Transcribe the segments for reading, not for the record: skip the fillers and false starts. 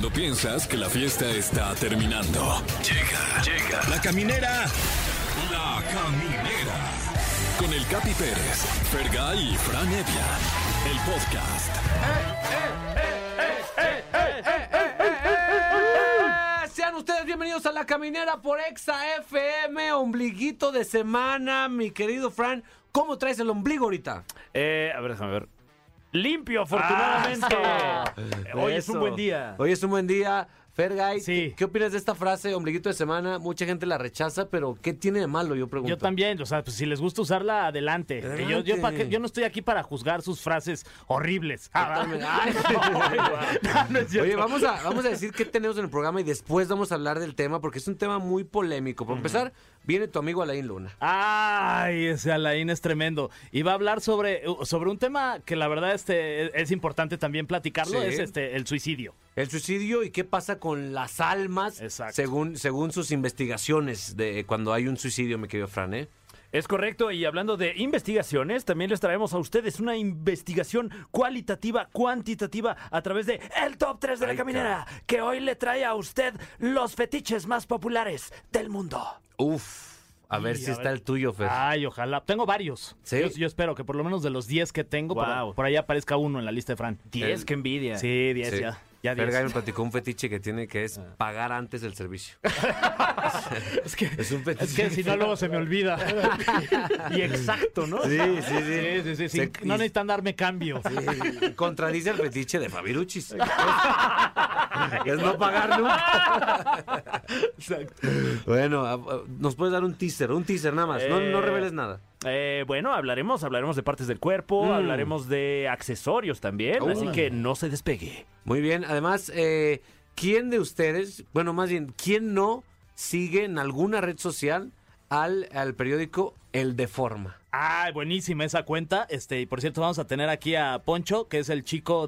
Cuando piensas que la fiesta está terminando. Llega. La Caminera. La Caminera. Con el Capi Pérez, Fergay y Fran Evia. El podcast. Sean ustedes bienvenidos a La Caminera por Exa FM. Ombliguito de semana, mi querido Fran. ¿Cómo traes el ombligo ahorita? A ver, déjame ver. Limpio, afortunadamente. Hoy es un buen día. Hoy es un buen día. Fergay, Sí. ¿qué opinas de esta frase, ombliguito de semana? Mucha gente la rechaza, pero ¿qué tiene de malo? Yo pregunto. Yo también, o sea, pues si les gusta usarla, adelante. Yo no estoy aquí para juzgar sus frases horribles. Totalmente. Ay, No es cierto. Oye, vamos a decir qué tenemos en el programa y después vamos a hablar del tema, porque es un tema muy polémico. Por empezar, viene tu amigo Alain Luna. Ay, ese Alain es tremendo. Y va a hablar sobre un tema que la verdad es importante también platicarlo, Sí. es el suicidio. El suicidio y qué pasa con las almas, Exacto. según sus investigaciones de cuando hay un suicidio, mi querido Fran, ¿eh? Es correcto, y hablando de investigaciones, también les traemos a ustedes una investigación cualitativa, cuantitativa, a través de el Top 3 de la Caminera, que hoy le trae a usted los fetiches más populares del mundo. Uf, a ver si está el tuyo, Fer. Ay, ojalá. Tengo varios. ¿Sí? Yo espero que por lo menos de los 10 que tengo, Wow. por ahí aparezca uno en la lista de Fran. 10, qué envidia. Sí, 10 Sí. ya 10. Fergay me platicó un fetiche que tiene que es pagar antes el servicio. Es que, Es un fetiche. es que si no, luego se me olvida. Y exacto, ¿no? Sí. Sí. Se- No necesitan darme cambio. Sí, contradice el fetiche de Fabiruchis. Es no pagar nunca. Exacto. Bueno, nos puedes dar un teaser nada más. No reveles nada. Bueno, hablaremos de partes del cuerpo, hablaremos de accesorios también, así que no se despegue. Muy bien. Además, ¿quién de ustedes, bueno, más bien, quién no sigue en alguna red social al periódico El Deforma? Ay, buenísima esa cuenta. Y por cierto, vamos a tener aquí a Poncho, que es el chico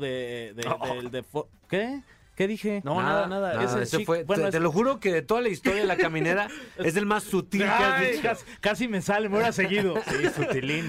¿Qué? ¿Qué dije? No, nada. Es el ese chico- fue, bueno, te lo juro que de toda la historia de La Caminera es el más sutil que has Ay, dicho. casi me sale, me hubiera seguido. Sí, sutilín.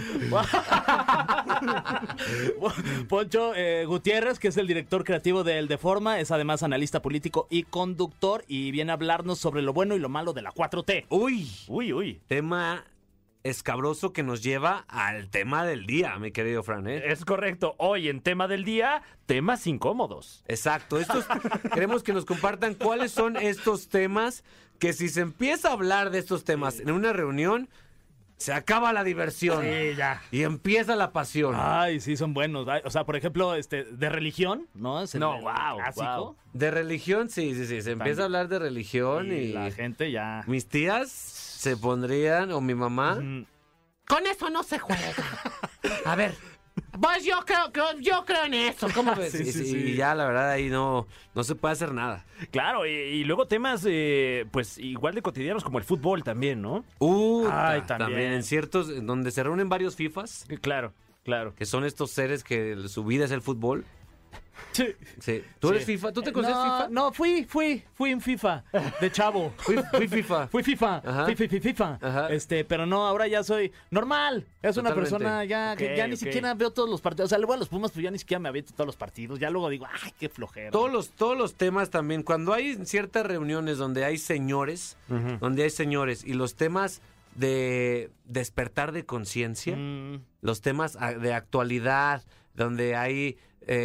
Poncho Gutiérrez, que es el director creativo de El Deforma, es además analista político y conductor, y viene a hablarnos sobre lo bueno y lo malo de la 4T. Uy. Tema escabroso que nos lleva al tema del día, mi querido Fran, ¿eh? Es correcto. Hoy en tema del día, temas incómodos. Exacto. Queremos que nos compartan cuáles son estos temas que si se empieza a hablar de estos temas en una reunión, se acaba la diversión. Sí, ya. Y empieza la pasión. Ay, sí, son buenos. Ay, o sea, por ejemplo, de religión, ¿no? Es el clásico. wow. De religión, sí. Se empieza a hablar de religión y la gente ya. mis tías se pondrían, o mi mamá, con eso no se juega. A ver, pues yo creo en eso. ¿Cómo ves? Sí. Y ya, la verdad, ahí no se puede hacer nada. Claro, y luego temas, pues, igual de cotidianos como el fútbol también, ¿no? Ay, También también. en ciertos, en donde se reúnen varios FIFAs, Claro. que son estos seres que su vida es el fútbol. Sí. Sí. ¿Tú eres Sí. FIFA? ¿Tú te consideras FIFA? No, fui en FIFA, de chavo. Fui FIFA. Fui FIFA, Ajá. fui FIFA. Ajá. Pero no, ahora ya soy normal. Es una Totalmente. persona ya que ya ni Ok. siquiera veo todos los partidos. O sea, le voy a los Pumas, pero ya ni siquiera me aviento todos los partidos. Ya luego digo, ay, qué flojera. Todos los temas también, cuando hay ciertas reuniones donde hay señores, y los temas de despertar de conciencia, los temas de actualidad, donde hay,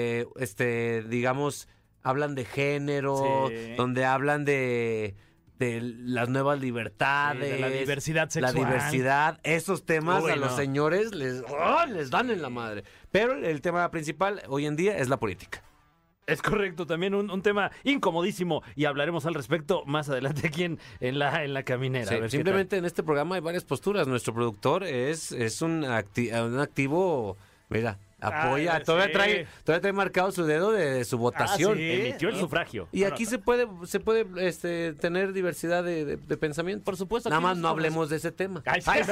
digamos, hablan de género, Sí. donde hablan de las nuevas libertades, Sí, de la diversidad sexual. La diversidad, esos temas Uy, a los no. señores les dan en la madre. Pero el tema principal hoy en día es la política. Es correcto, también un tema incomodísimo, y hablaremos al respecto más adelante aquí en la caminera. Sí, a ver qué simplemente en este programa hay varias posturas. Nuestro productor es un activo, mira, apoya, sí. todavía trae marcado su dedo de su votación. sí. Emitió el sufragio. Y aquí se puede tener diversidad de pensamiento. Por supuesto. Nada aquí más no nosotros- hablemos de ese tema. Ay, sí.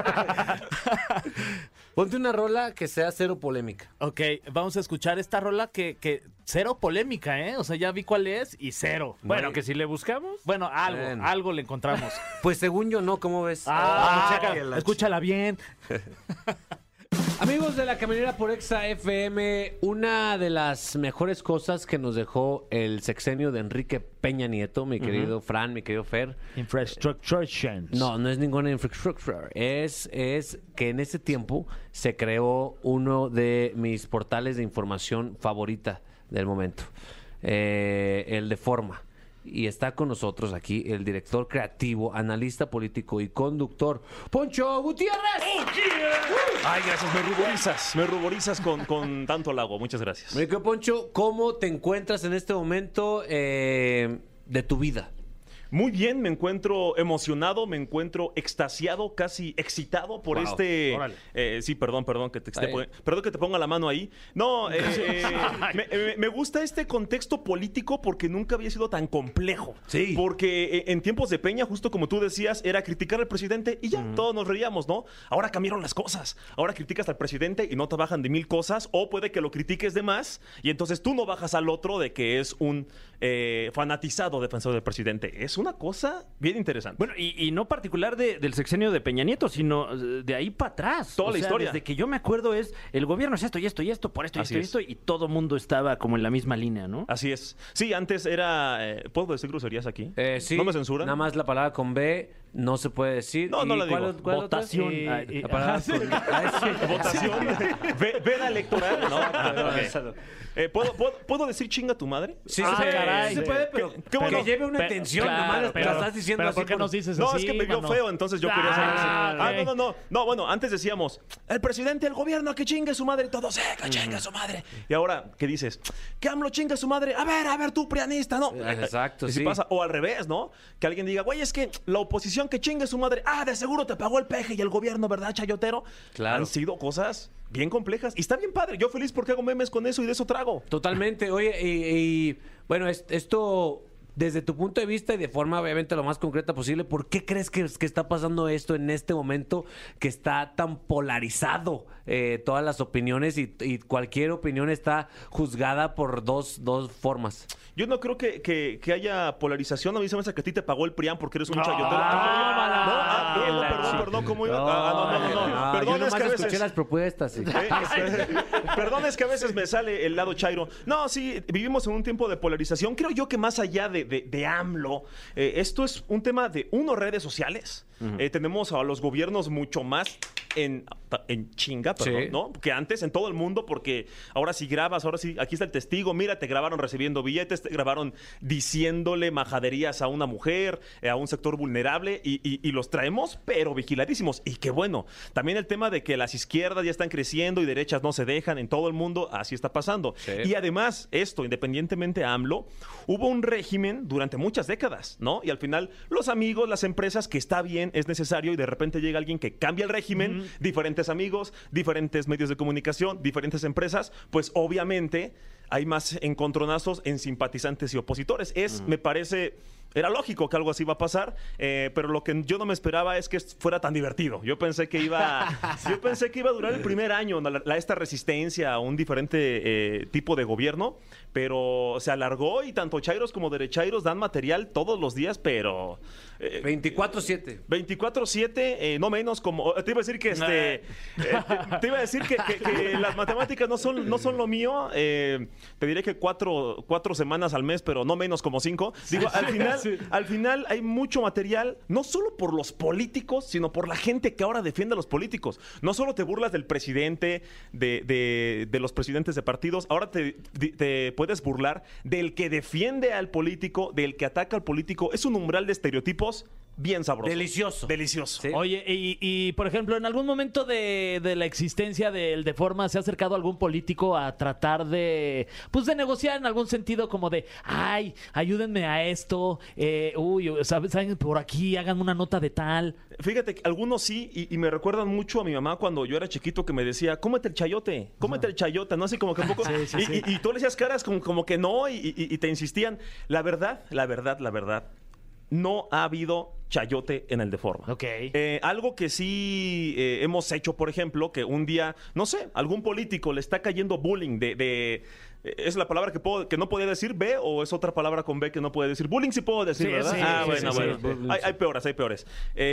Ponte una rola que sea cero polémica. Ok, vamos a escuchar esta rola que cero polémica, ¿eh? O sea, ya vi cuál es y cero. Bueno, que si le buscamos. Bueno, Bueno. algo le encontramos. Pues según yo no, ¿cómo ves? Escúchala que la escúchala bien. Amigos de La Caminera por Exa FM, una de las mejores cosas que nos dejó el sexenio de Enrique Peña Nieto, mi querido Fran, mi querido Fer. Infrastructure. No es ninguna infrastructure. Es que en ese tiempo se creó uno de mis portales de información favorita del momento. El de Forma. Y está con nosotros aquí el director creativo, analista político y conductor, Poncho Gutiérrez. Ay, gracias, me ruborizas con tanto halago. Muchas gracias. Mi querido Poncho, ¿cómo te encuentras en este momento de tu vida? Muy bien, me encuentro emocionado, me encuentro extasiado, casi excitado por Wow, sí, perdón que perdón que te ponga la mano ahí. No, me gusta este contexto político porque nunca había sido tan complejo. Sí. Porque en tiempos de Peña, justo como tú decías, era criticar al presidente y ya, todos nos reíamos, ¿no? Ahora cambiaron las cosas. Ahora criticas al presidente y no te bajan de 1000 cosas, o puede que lo critiques de más y entonces tú no bajas al otro de que es un fanatizado defensor del presidente. Es una cosa bien interesante. Bueno, y no particular del sexenio de Peña Nieto, sino de ahí para atrás. Toda la historia. Desde que yo me acuerdo el gobierno es esto y esto y esto, por esto y Así esto y es. esto, y todo mundo estaba como en la misma línea, ¿no? Así es. Sí, antes era... ¿Puedo decir groserías aquí? Sí. ¿No me censuran? Nada más la palabra con B no se puede decir. No, no ¿Y la digo. ¿cuál otra? Votación. La palabra con... Votación. Veda electoral. ¿No? Exacto. ¿Puedo decir chinga tu madre? Sí, Ah, caray. se puede, pero ¿Qué bueno? que lleve una intención. claro, nomás pero- la estás diciendo Pero así. ¿por qué nos dices No, así, es que me vio mano? feo, entonces yo quería saber si... ok. No, bueno, antes decíamos, el presidente, el gobierno, que chingue su madre, todos, que chingue su madre. Y ahora, ¿qué dices? Que AMLO chingue su madre. A ver, tú, prianista, ¿no? Exacto, Y si sí. pasa, o al revés, ¿no? Que alguien diga, güey, es que la oposición que chingue su madre, de seguro te pagó el peje y el gobierno, ¿verdad, chayotero? Claro. Han sido cosas bien complejas y está bien padre. Yo feliz porque hago memes con eso y de eso trago. Totalmente. Oye, y bueno, esto desde tu punto de vista y de forma obviamente lo más concreta posible, ¿por qué crees que está pasando esto en este momento que está tan polarizado todas las opiniones y cualquier opinión está juzgada por dos formas? Yo no creo que haya polarización. A mí se me hace que a ti te pagó el PRIAN porque eres un chayotero. Perdón, ¿cómo iba? No, Perdón, yo es nomás que a escuché veces... las propuestas. Sí. Perdón, es que a veces me sale el lado chairo. No, sí, vivimos en un tiempo de polarización. Creo yo que más allá de AMLO, esto es un tema de redes sociales. Tenemos a los gobiernos mucho más en chinga, perdón, Sí. ¿no? Que antes en todo el mundo, porque ahora sí grabas, ahora sí, aquí está el testigo, mira, te grabaron recibiendo billetes, te grabaron diciéndole majaderías a una mujer, a un sector vulnerable, y los traemos, pero vigiladísimos. Y qué bueno. También el tema de que las izquierdas ya están creciendo y derechas no se dejan en todo el mundo, así está pasando. Sí. Y además, esto, independientemente a AMLO, hubo un régimen durante muchas décadas, ¿no? Y al final, los amigos, las empresas, que está bien, es necesario, y de repente llega alguien que cambia el régimen, diferentes amigos, diferentes medios de comunicación, diferentes empresas, pues obviamente hay más encontronazos en simpatizantes y opositores. Me parece... Era lógico que algo así iba a pasar, pero lo que yo no me esperaba es que fuera tan divertido. Yo pensé que iba a durar el primer año esta resistencia a un diferente tipo de gobierno, pero se alargó y tanto chairos como derechairos dan material todos los días, pero... 24/7. 24/7, no menos como... Te iba a decir que te iba a decir que las matemáticas no son lo mío. Te diré que cuatro semanas al mes, pero no menos como 5. Digo, al final hay mucho material, no solo por los políticos, sino por la gente que ahora defiende a los políticos. No solo te burlas del presidente, de los presidentes de partidos, ahora te puedes burlar del que defiende al político, del que ataca al político. Es un umbral de estereotipos bien sabroso. Delicioso. Delicioso. Sí. Oye, y por ejemplo, ¿en algún momento de la existencia del Deforma se ha acercado algún político a tratar de negociar en algún sentido, como de, ay, ayúdenme a esto, saben, por aquí, hagan una nota de tal? Fíjate, que algunos sí, y me recuerdan mucho a mi mamá cuando yo era chiquito, que me decía, cómete el chayote, no sé, como que un poco... Y tú le hacías caras como que no, y te insistían. La verdad, no ha habido chayote en el Deforma. Ok. Algo que sí hemos hecho, por ejemplo, que un día, no sé, algún político le está cayendo bullying ¿Es la palabra que no podía decir B o es otra palabra con B que no puede decir? Bullying sí puedo decir, Sí, ¿verdad? sí, Bueno. sí. Hay peores, hay peores.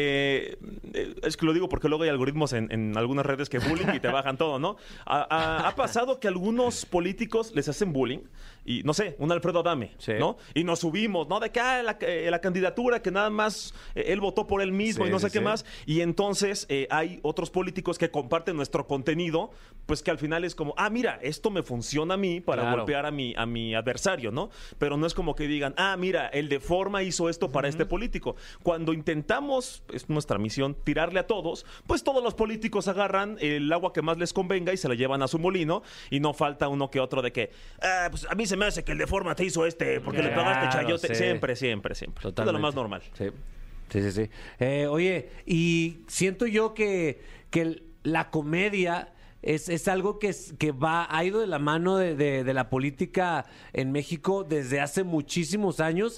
Es que lo digo porque luego hay algoritmos en algunas redes que bullying y te bajan todo, ¿no? Ha pasado que algunos políticos les hacen bullying y, no sé, un Alfredo Adame, Sí. ¿no? Y nos subimos, ¿no? De que la candidatura que nada más él votó por él mismo Sí, y no sé sí, qué sí. más. Y entonces hay otros políticos que comparten nuestro contenido, pues que al final es como, mira, esto me funciona a mí para Claro. golpear a mi adversario, ¿no? Pero no es como que digan, mira, el de forma hizo esto para este político. Cuando intentamos, es nuestra misión, tirarle a todos, pues todos los políticos agarran el agua que más les convenga y se la llevan a su molino y no falta uno que otro de que, pues a mí se me hace que el de forma te hizo porque le pagaste Claro, chayote. sí. Siempre. Es de lo más normal. Sí. Sí. Oye, y siento yo que la comedia es algo que ha ido de la mano de la política en México desde hace muchísimos años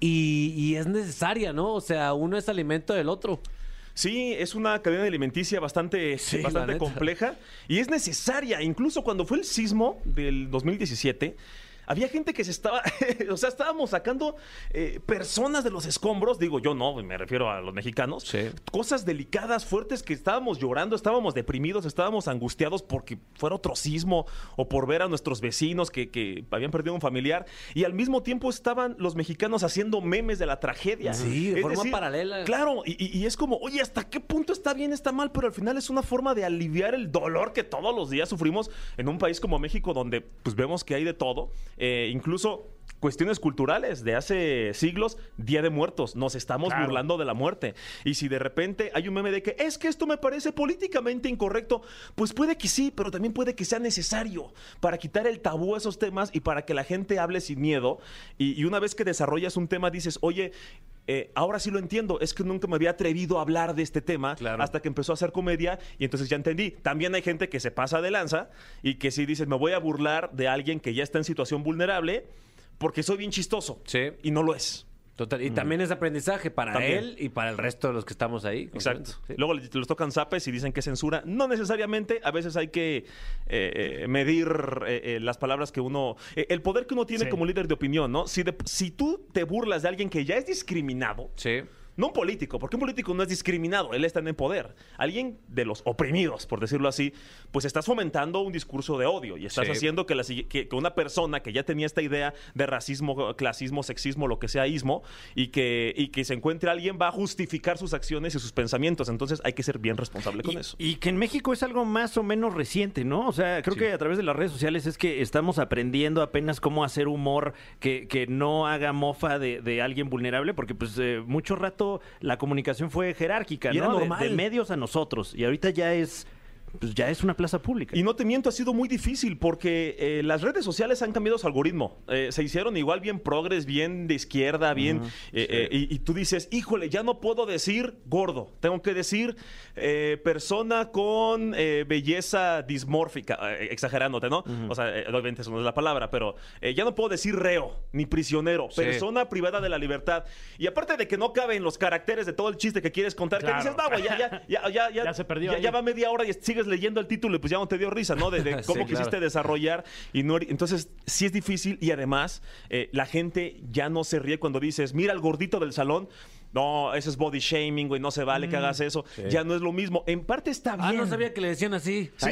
y es necesaria, ¿no? O sea, uno es alimento del otro. Sí, es una cadena alimenticia bastante la neta. compleja y es necesaria. Incluso cuando fue el sismo del 2017, había gente que se estaba, o sea, estábamos sacando personas de los escombros, digo yo no, me refiero a los mexicanos, Sí. cosas delicadas, fuertes, que estábamos llorando, estábamos deprimidos, estábamos angustiados porque fuera otro sismo o por ver a nuestros vecinos que habían perdido un familiar y al mismo tiempo estaban los mexicanos haciendo memes de la tragedia. Sí, de Es forma paralela. Claro, y es como, oye, ¿hasta qué punto está bien, está mal? Pero al final es una forma de aliviar el dolor que todos los días sufrimos en un país como México, donde pues vemos que hay de todo. Incluso cuestiones culturales de hace siglos, Día de Muertos, nos estamos burlando de la muerte. Y si de repente hay un meme de que es que esto me parece políticamente incorrecto, pues puede que sí, pero también puede que sea necesario para quitar el tabú a esos temas y para que la gente hable sin miedo. Y una vez que desarrollas un tema dices, oye, ahora sí lo entiendo, es que nunca me había atrevido a hablar de este tema hasta que empezó a hacer comedia y entonces ya entendí. También hay gente que se pasa de lanza y que sí dices, me voy a burlar de alguien que ya está en situación vulnerable porque soy bien chistoso. Sí. Y no lo es. Total. Y también es aprendizaje para También. él y para el resto de los que estamos ahí. Exacto. Sí. Luego los tocan zapes y dicen que es censura. No necesariamente. A veces hay que medir las palabras que uno... el poder que uno tiene Sí. como líder de opinión, ¿no? Si tú te burlas de alguien que ya es discriminado... Sí. No un político, porque un político no es discriminado, él está en el poder. Alguien de los oprimidos, por decirlo así, pues estás fomentando un discurso de odio y estás Sí. haciendo que una persona que ya tenía esta idea de racismo, clasismo, sexismo, lo que sea, ismo, y que se encuentre alguien va a justificar sus acciones y sus pensamientos. Entonces hay que ser bien responsable con eso. Y que en México es algo más o menos reciente, ¿no? O sea, creo que a través de las redes sociales es que estamos aprendiendo apenas cómo hacer humor que no haga mofa de alguien vulnerable, porque pues mucho rato la comunicación fue jerárquica, Y era ¿no? normal. De medios a nosotros. Y ahorita ya es una plaza pública. Y no te miento, ha sido muy difícil porque las redes sociales han cambiado su algoritmo. Se hicieron igual bien progres, bien de izquierda, bien... y tú dices, híjole, ya no puedo decir gordo. Tengo que decir persona con belleza dismórfica, exagerándote, ¿no? O sea, obviamente eso no es la palabra, pero ya no puedo decir reo, ni prisionero. Sí. Persona privada de la libertad. Y aparte de que no caben los caracteres de todo el chiste que quieres contar, Claro. que dices, no, güey, Ya se perdió ahí. ya va media hora y sigues leyendo el título y pues ya no te dio risa, ¿no? De Sí, cómo quisiste claro. desarrollar y no... Entonces, sí es difícil y además la gente ya no se ríe cuando dices, mira al gordito del salón. No, eso es body shaming, güey, no se vale que hagas eso. Ya no es lo mismo. En parte está bien. No sabía que le decían así. Sí.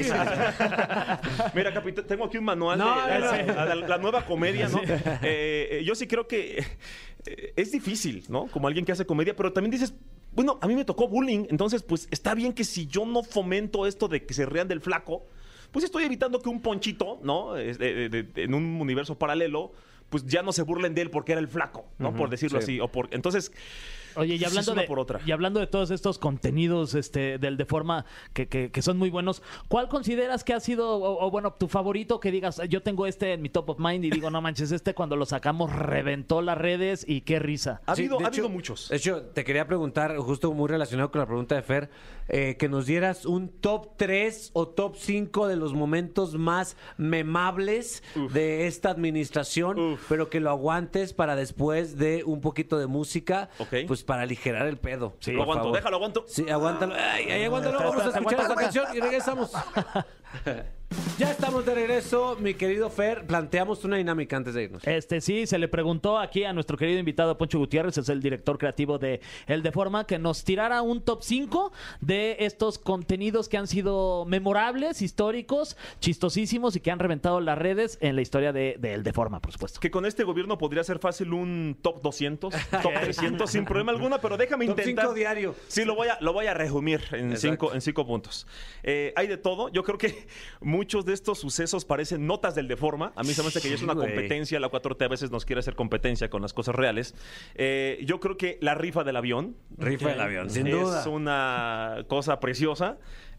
Mira, capitán, tengo aquí un manual No, de no. la nueva comedia, ¿no? Yo sí creo que es difícil, ¿no? Como alguien que hace comedia, pero también dices, bueno, a mí me tocó bullying, entonces pues está bien que si yo no fomento esto de que se rían del flaco, pues estoy evitando que un ponchito, ¿no? En un universo paralelo, pues ya no se burlen de él porque era el flaco, ¿no? Por decirlo sí. así. Entonces... Oye, y sí, hablando, es una por otra. y hablando de todos estos contenidos del de forma que son muy buenos, ¿cuál consideras que ha sido, o bueno, tu favorito que digas, yo tengo este en mi top of mind y digo, no manches, cuando lo sacamos reventó las redes y qué risa? Ha Sí, habido de hecho, muchos. De hecho, te quería preguntar, justo muy relacionado con la pregunta de Fer, que nos dieras un top 3 o top 5 de los momentos más memables de esta administración, pero que lo aguantes para después de un poquito de música, Ok. pues para aligerar el pedo. Sí, por lo aguanto, favor. aguanto. Sí, aguántalo. Ay, aguántalo. Vamos a escuchar esta canción y regresamos. Ya estamos de regreso, mi querido Fer. Planteamos una dinámica antes de irnos. Sí, se le preguntó aquí a nuestro querido invitado Poncho Gutiérrez, es el director creativo de El Deforma, que nos tirara un top 5 de estos contenidos que han sido memorables, históricos, chistosísimos y que han reventado las redes en la historia de El Deforma, por supuesto. Que con este gobierno podría ser fácil un top 200, top 300 sin problema alguno, pero déjame Top intentar. 5 diario. Sí, lo voy a resumir en Exacto. cinco puntos. Hay de todo. Yo creo que muchos de estos sucesos parecen notas del Deforma. A mí se me hace que ya es una güey. competencia. La 4T a veces nos quiere hacer competencia con las cosas reales. Yo creo que la rifa del avión. Rifa del avión, sin es duda. una cosa preciosa.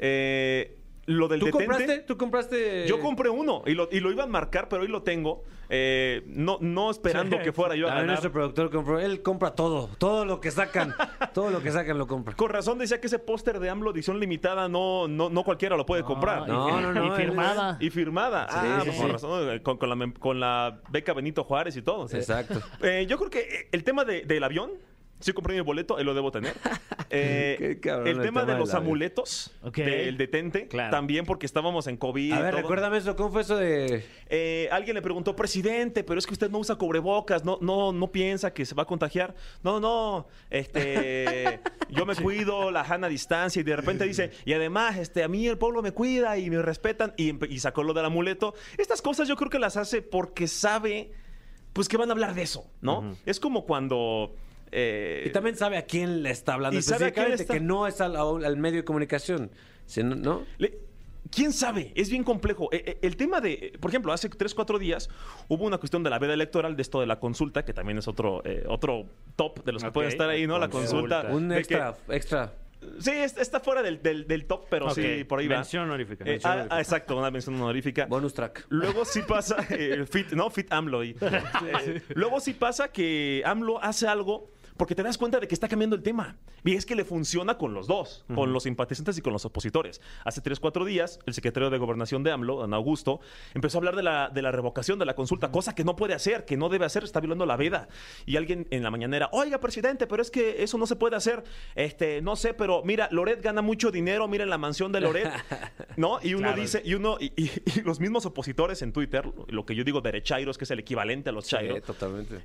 Lo del ¿Tú detente. compraste? Yo compré uno y lo iba a marcar, pero hoy lo tengo. No esperando que fuera yo a También ganar. nuestro productor compró. Él compra todo lo que sacan. Todo lo que sacan lo compra. Con razón decía que ese póster de AMLO edición limitada no cualquiera lo puede comprar. No, Y firmada. Y firmada. Pues sí. con razón. Con la beca Benito Juárez y todo. Exacto. Yo creo que el tema del avión, sí compré mi boleto, lo debo tener. Qué cabrón el tema de del los avión. amuletos, Ok. del detente, Claro. también porque estábamos en COVID. A y ver, todo. recuérdame eso. ¿Cómo fue eso de...? Alguien le preguntó, presidente, pero es que usted no usa cubrebocas, no piensa que se va a contagiar. No, yo me cuido, la sana distancia, y de repente dice, y además, a mí el pueblo me cuida y me respetan, y sacó lo del amuleto. Estas cosas yo creo que las hace porque sabe, pues, que van a hablar de eso, ¿no? Es como cuando... Y también sabe a quién le está hablando. Y sabe a quién le Específicamente, está- que no es al medio de comunicación. Sino, ¿no? ¿Quién sabe? Es bien complejo. El tema de, por ejemplo, hace 3-4 días hubo una cuestión de la veda electoral, de esto de la consulta, que también es otro top de los que pueden estar ahí, ¿no? La consulta. Un de extra. Sí, está fuera del top, pero sí, por ahí va. Mención honorífica. Exacto, una mención honorífica. Bonus track. Luego sí pasa, Fit AMLO. Luego sí pasa que AMLO hace algo porque te das cuenta de que está cambiando el tema. Y es que le funciona con los dos, con los simpatizantes y con los opositores. Hace 3-4 días, el secretario de Gobernación de AMLO, don Augusto, empezó a hablar de la revocación de la consulta, cosa que no puede hacer, que no debe hacer, está violando la veda. Y alguien en la mañanera, oiga, presidente, pero es que eso no se puede hacer. No sé, pero mira, Loret gana mucho dinero, miren la mansión de Loret, ¿no? Y uno dice, y los mismos opositores en Twitter, lo que yo digo derechairos, que es el equivalente a los chairos, totalmente.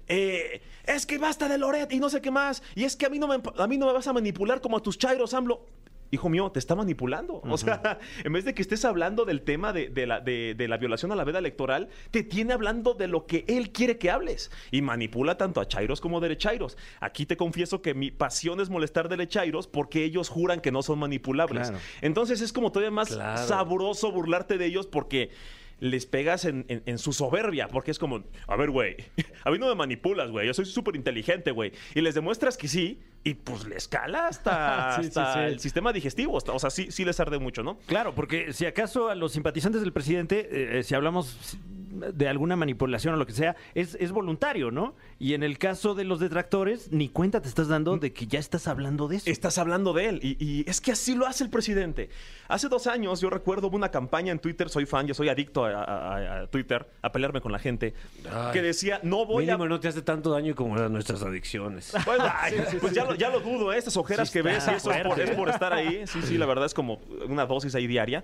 es que basta de Loret y no sé qué más. Y es que a mí no me vas a manipular como a tus chairos, AMLO. Hijo mío, te está manipulando. O sea, en vez de que estés hablando del tema de la violación a la veda electoral, te tiene hablando de lo que él quiere que hables. Y manipula tanto a chairos como derechairos. Aquí te confieso que mi pasión es molestar derechairos porque ellos juran que no son manipulables. Claro. Entonces es como todavía más Claro. sabroso burlarte de ellos porque les pegas en su soberbia, porque es como, a ver, güey, a mí no me manipulas, güey, yo soy súper inteligente, güey, y les demuestras que sí, y pues les cala hasta Sí. el sistema digestivo, o sea, sí les arde mucho, ¿no? Claro, porque si acaso a los simpatizantes del presidente, si hablamos de alguna manipulación o lo que sea, es voluntario, ¿no? Y en el caso de los detractores, ni cuenta te estás dando de que ya estás hablando de eso. Estás hablando de él, y es que así lo hace el presidente. Hace 2 años, yo recuerdo, hubo una campaña en Twitter, soy fan, yo soy adicto a Twitter, a pelearme con la gente, que decía, no voy Mínimo a... no te hace tanto daño como nuestras adicciones. Bueno, pues ya lo dudo, estas ojeras que ves, eso es por estar ahí. Sí, la verdad es como una dosis ahí diaria.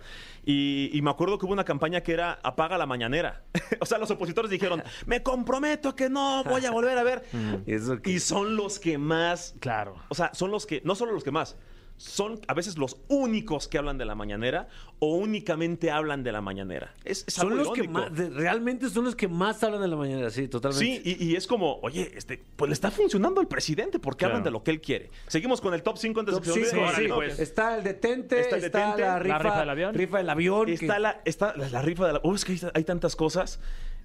Y me acuerdo que hubo una campaña que era apaga la mañanera. O sea, los opositores dijeron, me comprometo que no voy a volver a ver. Eso que- Y son los que más... Claro. O sea, son los que, no solo los que más, son a veces los únicos que hablan de la mañanera o únicamente hablan de la mañanera. Es Son algo los que irónico. más, realmente son los que más hablan de la mañana, sí, totalmente. Sí, y es como, oye, pues le está funcionando al presidente porque hablan de lo que él quiere. Seguimos con el top 5 antes Top de que se cinco, olvide. sí. Órale, pues. Está el detente, Está el detente, la rifa del avión. Rifa del avión. Está la rifa de la... es que hay tantas cosas.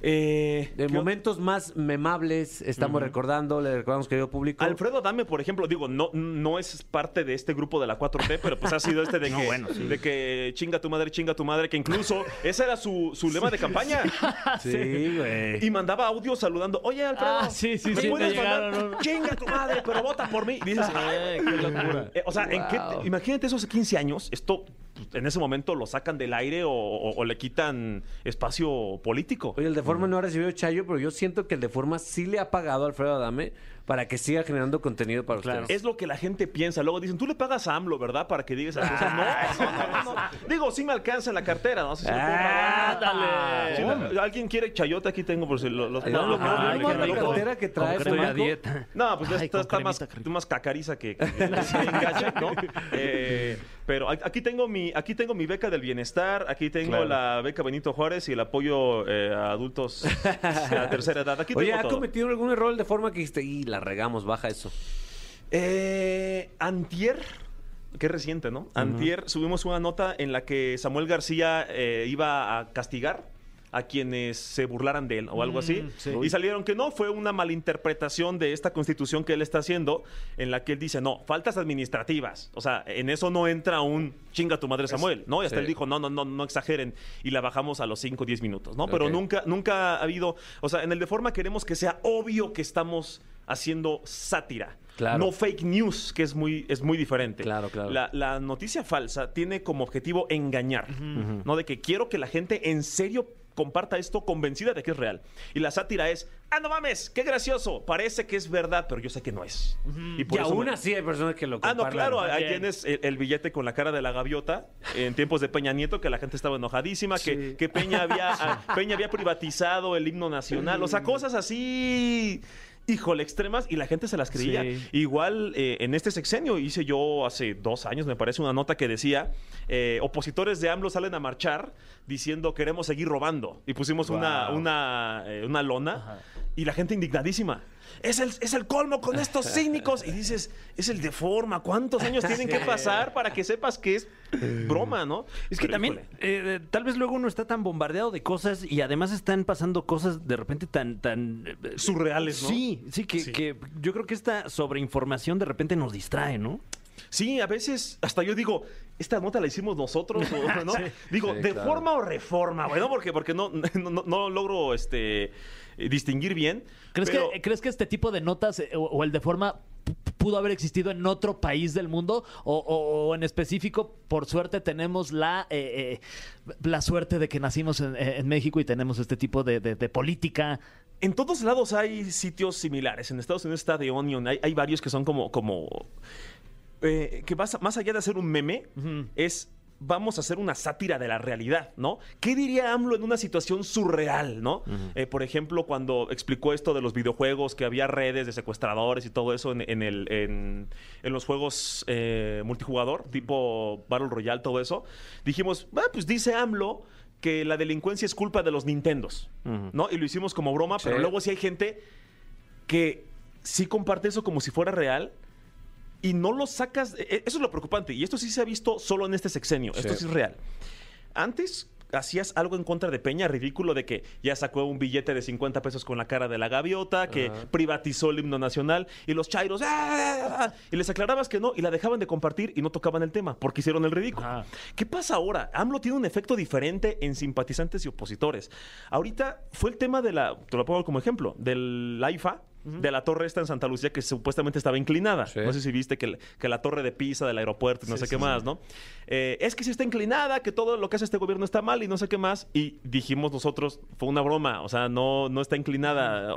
De ¿qué momentos más memables estamos recordando, le recordamos, querido público. Alfredo Adame, por ejemplo, digo, no es parte de este grupo de la 4T, pero pues ha sido de que, de que chinga tu madre, que incluso ese era su lema de campaña. Sí, güey. Y mandaba audio saludando, oye, Alfredo, Sí, ¿me me puedes llegaron, mandar? ¿no? Chinga tu madre, pero vota por mí. Y dices, qué locura. o sea, Wow. imagínate esos 15 años, esto en ese momento lo sacan del aire o le quitan espacio político. Oye, el Deforma no ha recibido Chayo, pero yo siento que el Deforma sí le ha pagado a Alfredo Adame para que siga generando contenido para ustedes. Es lo que la gente piensa. Luego dicen, tú le pagas a AMLO, ¿verdad? Para que digas esas cosas. No. Digo, sí me alcanza en la cartera, no sé si lo puedo pagar. ¡Ándale! Si alguien quiere chayote, aquí tengo por si los No, Ay, la qué rico. cartera que traes, Estoy a Marco. dieta. No, pues Ay, con está más, cremita, qué rico. más cacariza que gacha, ¿no? Pero aquí tengo mi beca del bienestar, aquí tengo la beca Benito Juárez y el apoyo a adultos de la tercera edad. Aquí Oye, tengo ¿ha todo. cometido algún error de forma que dijiste, y la regamos, baja eso? Antier, qué reciente, ¿no? Antier subimos una nota en la que Samuel García iba a castigar a quienes se burlaran de él o algo así. Sí. Y salieron que no, fue una malinterpretación de esta constitución que él está haciendo, en la que él dice, no, faltas administrativas. O sea, en eso no entra un chinga tu madre Samuel, ¿no? Y hasta sí. él dijo, no exageren. Y la bajamos a los 5 o 10 minutos, ¿no? Pero Ok. nunca ha habido, o sea, en el Deforma queremos que sea obvio que estamos haciendo sátira. Claro. No fake news, que es muy diferente. Claro. La noticia falsa tiene como objetivo engañar, ¿no? De que quiero que la gente en serio comparta esto convencida de que es real. Y la sátira es, no mames, qué gracioso, parece que es verdad, pero yo sé que no es. Y por eso aún me- así hay personas que lo no, comparten. claro, ahí Bien. tienes el billete con la cara de la gaviota en tiempos de Peña Nieto, que la gente estaba enojadísima, que Peña había privatizado el himno nacional, o sea, cosas así, híjole, extremas, y la gente se las creía. Sí. Igual en este sexenio hice yo hace 2 años, me parece, una nota que decía, opositores de AMLO salen a marchar diciendo queremos seguir robando, y pusimos una lona, y la gente indignadísima. Es el colmo con estos cínicos. Y dices, es el Deforma. ¿Cuántos años tienen que pasar para que sepas que es broma, no? Es que Pero, también, híjole. tal vez luego uno está tan bombardeado de cosas y además están pasando cosas de repente tan Surreales, ¿no? Sí, que yo creo que esta sobreinformación de repente nos distrae, ¿no? Sí, a veces hasta yo digo, esta nota la hicimos nosotros, o, ¿no? Digo, sí, ¿Deforma claro. o reforma, güey? ¿No? Porque no logro distinguir bien. ¿Crees que este tipo de notas o el Deforma pudo haber existido en otro país del mundo? O en específico, por suerte, tenemos la suerte de que nacimos en México y tenemos este tipo de política. En todos lados hay sitios similares. En Estados Unidos está The Onion. Hay varios que son como que más allá de hacer un meme, es vamos a hacer una sátira de la realidad, ¿no? ¿Qué diría AMLO en una situación surreal, ¿no? Por ejemplo, cuando explicó esto de los videojuegos, que había redes de secuestradores y todo eso en los juegos multijugador, tipo Battle Royale, todo eso, dijimos, pues dice AMLO que la delincuencia es culpa de los Nintendos, ¿no? Y lo hicimos como broma, pero Sí. luego sí hay gente que sí comparte eso como si fuera real y no lo sacas. Eso es lo preocupante. Y esto sí se ha visto solo en este sexenio. Esto sí es real. Antes hacías algo en contra de Peña, ridículo, de que ya sacó un billete de 50 pesos con la cara de la gaviota, que privatizó el himno nacional, y los chairos, ¡ah! Y les aclarabas que no, y la dejaban de compartir y no tocaban el tema, porque hicieron el ridículo. Ajá. ¿Qué pasa ahora? AMLO tiene un efecto diferente en simpatizantes y opositores. Ahorita fue el tema te lo pongo como ejemplo, del AIFA, de la torre esta en Santa Lucía que supuestamente estaba inclinada. Sí. No sé si viste que la torre de Pisa del aeropuerto y no sé qué más, ¿no? Es que sí está inclinada, que todo lo que hace este gobierno está mal y no sé qué más. Y dijimos nosotros, fue una broma, o sea, no está inclinada.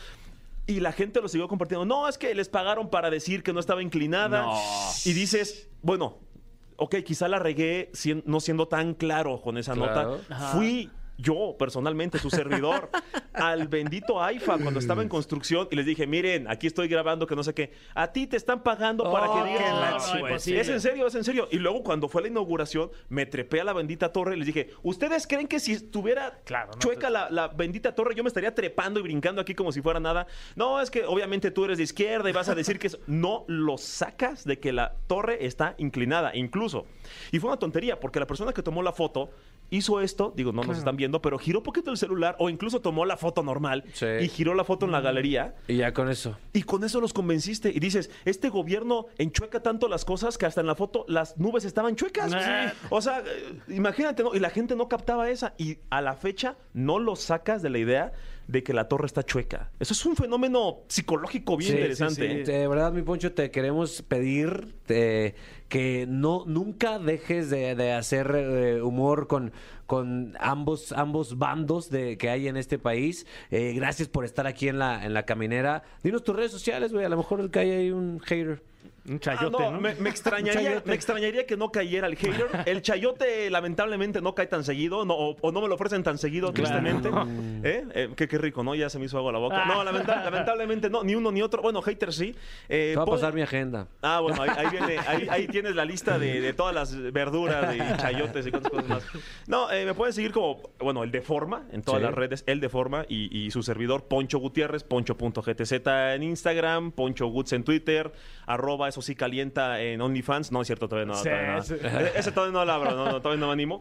Y la gente lo siguió compartiendo. No, es que les pagaron para decir que no estaba inclinada. No. Y dices, bueno, ok, quizá la regué no siendo tan claro con esa Claro. nota. Ajá. Fui yo, personalmente, su servidor, al bendito AIFA cuando estaba en construcción y les dije, miren, aquí estoy grabando que no sé qué. A ti te están pagando para que digas. no, imposible. Es en serio. Y luego cuando fue la inauguración, me trepé a la bendita torre y les dije, ¿ustedes creen que si estuviera chueca la bendita torre, yo me estaría trepando y brincando aquí como si fuera nada? No, es que obviamente tú eres de izquierda y vas a decir que no lo sacas de que la torre está inclinada, incluso. Y fue una tontería, porque la persona que tomó la foto hizo esto, digo, no nos están viendo, pero giró poquito el celular o incluso tomó la foto normal Sí. y giró la foto en la galería. Y ya con eso. Y con eso los convenciste. Y dices, este gobierno enchueca tanto las cosas que hasta en la foto las nubes estaban chuecas. Sí. O sea, imagínate, ¿no? Y la gente no captaba esa. Y a la fecha no lo sacas de la idea de que la torre está chueca. Eso es un fenómeno psicológico bien Sí, interesante. sí, sí. ¿eh? De verdad, mi Poncho, te queremos pedir que nunca dejes de hacer humor con con ambos bandos que hay en este país. Gracias por estar aquí en la caminera. Dinos tus redes sociales, güey. A lo mejor que hay ahí un hater. Un chayote, ¿no? Me extrañaría que no cayera el hater. El chayote, lamentablemente, no cae tan seguido, o no me lo ofrecen tan seguido, tristemente. Qué rico, ¿no? Ya se me hizo agua la boca. No, lamentablemente no, ni uno ni otro. Bueno, hater sí. Te va a pasar mi agenda. Bueno, ahí tienes la lista de todas las verduras y chayotes y cuántas cosas más. No, me pueden seguir como, bueno, el Deforma, en todas las redes, el Deforma, y su servidor, Poncho Gutiérrez, poncho.gtz en Instagram, Poncho Guts en Twitter, @ eso sí calienta en OnlyFans. No, es cierto, todavía no. Ese todavía no lo abro, todavía no me animo.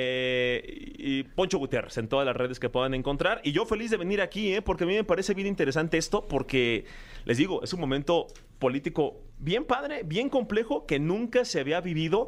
Y Poncho Gutiérrez en todas las redes que puedan encontrar. Y yo feliz de venir aquí, porque a mí me parece bien interesante esto, porque, les digo, es un momento político bien padre, bien complejo, que nunca se había vivido.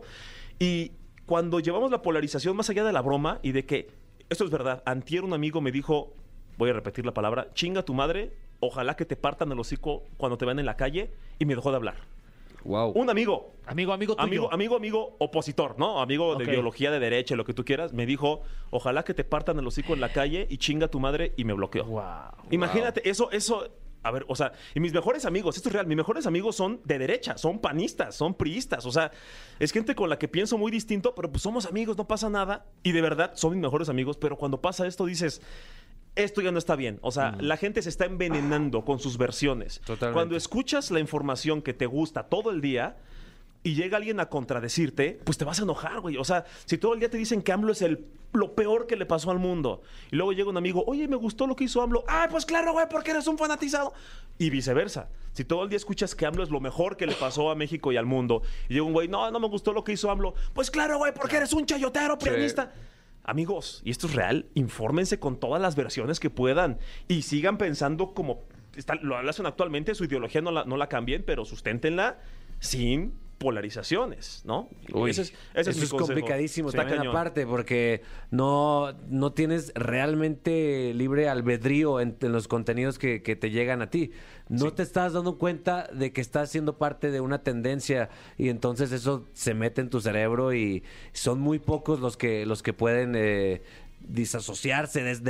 Y cuando llevamos la polarización más allá de la broma y de que, esto es verdad, antier un amigo me dijo, voy a repetir la palabra, chinga tu madre, ojalá que te partan el hocico cuando te vean en la calle, y me dejó de hablar. Wow. Un amigo. Amigo tuyo. Amigo opositor, ¿no? Amigo de ideología de derecha, lo que tú quieras. Me dijo, ojalá que te partan el hocico en la calle y chinga tu madre, y me bloqueó. Wow. Imagínate, eso... A ver, o sea, y mis mejores amigos, esto es real, mis mejores amigos son de derecha, son panistas, son priistas, o sea, es gente con la que pienso muy distinto, pero pues somos amigos, no pasa nada, y de verdad son mis mejores amigos, pero cuando pasa esto dices... Esto ya no está bien. O sea, la gente se está envenenando con sus versiones. Totalmente. Cuando escuchas la información que te gusta todo el día y llega alguien a contradecirte, pues te vas a enojar, güey. O sea, si todo el día te dicen que AMLO es lo peor que le pasó al mundo, y luego llega un amigo, oye, me gustó lo que hizo AMLO. ¡Ah, pues claro, güey, porque eres un fanatizado! Y viceversa. Si todo el día escuchas que AMLO es lo mejor que le pasó a México y al mundo, y llega un güey, no me gustó lo que hizo AMLO. Pues claro, güey, porque eres un chayotero pianista. Sí. Amigos, y esto es real, infórmense con todas las versiones que puedan y sigan pensando como lo hacen actualmente, su ideología no la cambien, pero susténtenla sin polarizaciones, ¿no? Uy, ese es mi consejo. Complicadísimo Sí. también aparte, porque no tienes realmente libre albedrío en los contenidos que te llegan a ti. No te estás dando cuenta de que estás siendo parte de una tendencia, y entonces eso se mete en tu cerebro, y son muy pocos los que pueden disasociarse de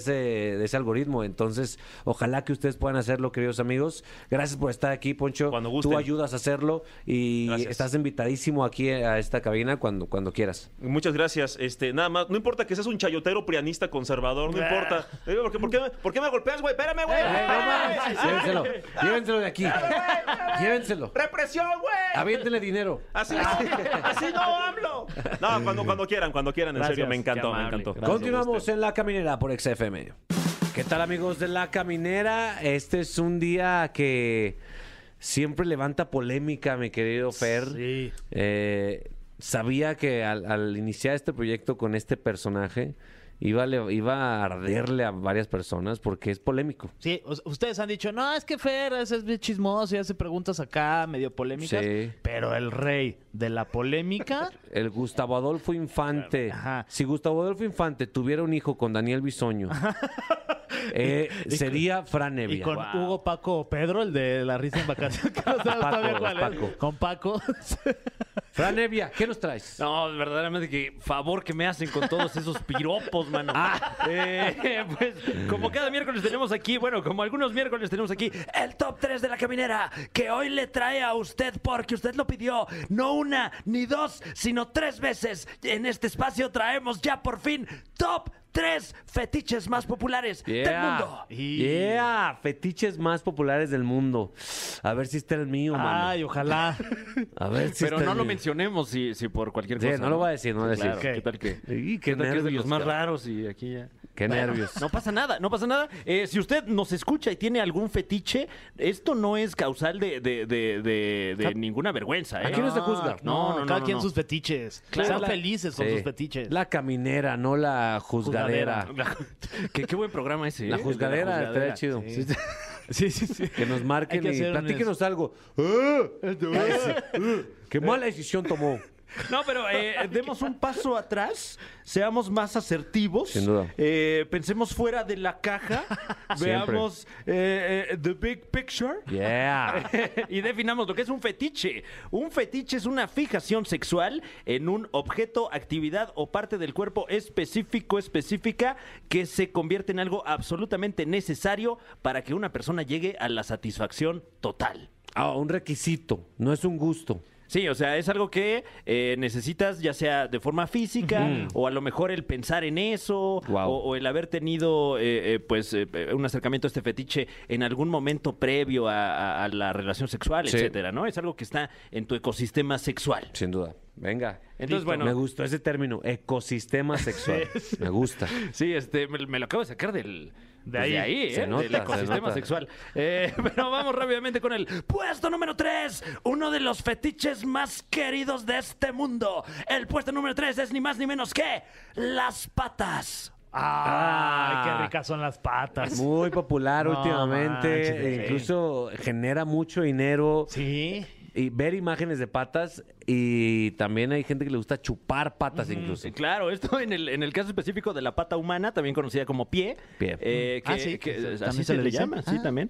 ese algoritmo. Entonces, ojalá que ustedes puedan hacerlo, queridos amigos. Gracias por estar aquí, Poncho. Cuando gusten. Tú ayudas a hacerlo, y Gracias. estás invitadísimo aquí a esta cabina cuando quieras. Muchas gracias. Nada más, no importa que seas un chayotero prianista conservador, no importa. ¿Por qué me golpeas, güey? Espérame, güey. Llévenselo de aquí. Llévenselo. ¡Represión, güey! Aviéntenle dinero. Así no hablo. No, cuando quieran, en Gracias, serio, me encantó, qué me amable. encantó. Gracias. Continuamos en La Caminera por XFM. ¿Qué tal, amigos de La Caminera? Este es un día que siempre levanta polémica, mi querido Fer. Sí. Sabía que al iniciar este proyecto con este personaje iba a arderle a varias personas porque es polémico. Sí, ustedes han dicho, no, es que Fer es bien chismoso y hace preguntas acá medio polémicas. Sí. Pero el rey de la polémica... El Gustavo Adolfo Infante. Ajá. Si Gustavo Adolfo Infante tuviera un hijo con Daniel Bisoño, sería Fran Evia. Y con Hugo Paco Pedro, el de la risa en vacaciones. Que no sabes todavía cuál es. Paco. Con Paco. Fran Evia, ¿qué nos traes? No, verdaderamente que favor que me hacen con todos esos piropos, mano. Pues como cada miércoles tenemos aquí, bueno, como algunos miércoles tenemos aquí el top 3 de La Caminera, que hoy le trae a usted porque usted lo pidió, no una ni dos, sino 3 veces. En este espacio traemos ya por fin top 3 fetiches más populares del mundo. Fetiches más populares del mundo. A ver si está el mío, mano. Ay, ojalá. A ver si Pero está no el lo mío. mencionemos si por cualquier Sí, cosa. no lo voy a decir, no lo voy a decir. Claro, ¿qué tal que? Qué ¿Qué tal que es de nervios, los más cabrón. raros y aquí ya? Qué nervios. No pasa nada, no pasa nada. Si usted nos escucha y tiene algún fetiche, esto no es causal de ninguna vergüenza, ¿eh? Aquí no se juzga. No, cada quien no. sus fetiches. Claro. Sean felices con Sí. sus fetiches. La caminera, no la juzgadera. Qué buen programa ese, ¿eh? La El de juzgadera, estaría chido. Sí. Que nos marquen Hay que y hacer platíquenos algo. Qué mala decisión tomó. No, pero demos un paso atrás, seamos más asertivos. Sin duda. Pensemos fuera de la caja, veamos the big picture. Yeah. Y definamos lo que es un fetiche. Un fetiche es una fijación sexual en un objeto, actividad o parte del cuerpo específica que se convierte en algo absolutamente necesario para que una persona llegue a la satisfacción total. Un requisito, no es un gusto. Sí, o sea, es algo que necesitas ya sea de forma física o a lo mejor el pensar en eso o el haber tenido un acercamiento a este fetiche en algún momento previo a la relación sexual, Sí. etcétera, ¿no? Es algo que está en tu ecosistema sexual. Sin duda. Venga. Entonces, bueno. Me gustó ese término, ecosistema sexual. Me gusta. Sí, me lo acabo de sacar de ahí. ahí, Se nota, del se ecosistema nota. sexual. Pero vamos rápidamente con el puesto número 3, uno de los fetiches más queridos de este mundo. El puesto número 3 es ni más ni menos que las patas. Ay, qué ricas son las patas. Muy popular No últimamente. manches, Incluso genera mucho dinero. Sí. Y ver imágenes de patas. Y también hay gente que le gusta chupar patas incluso. Claro, esto en el caso específico de la pata humana, también conocida como pie. Pie. Sí, Así también se le dice. llama, sí, también.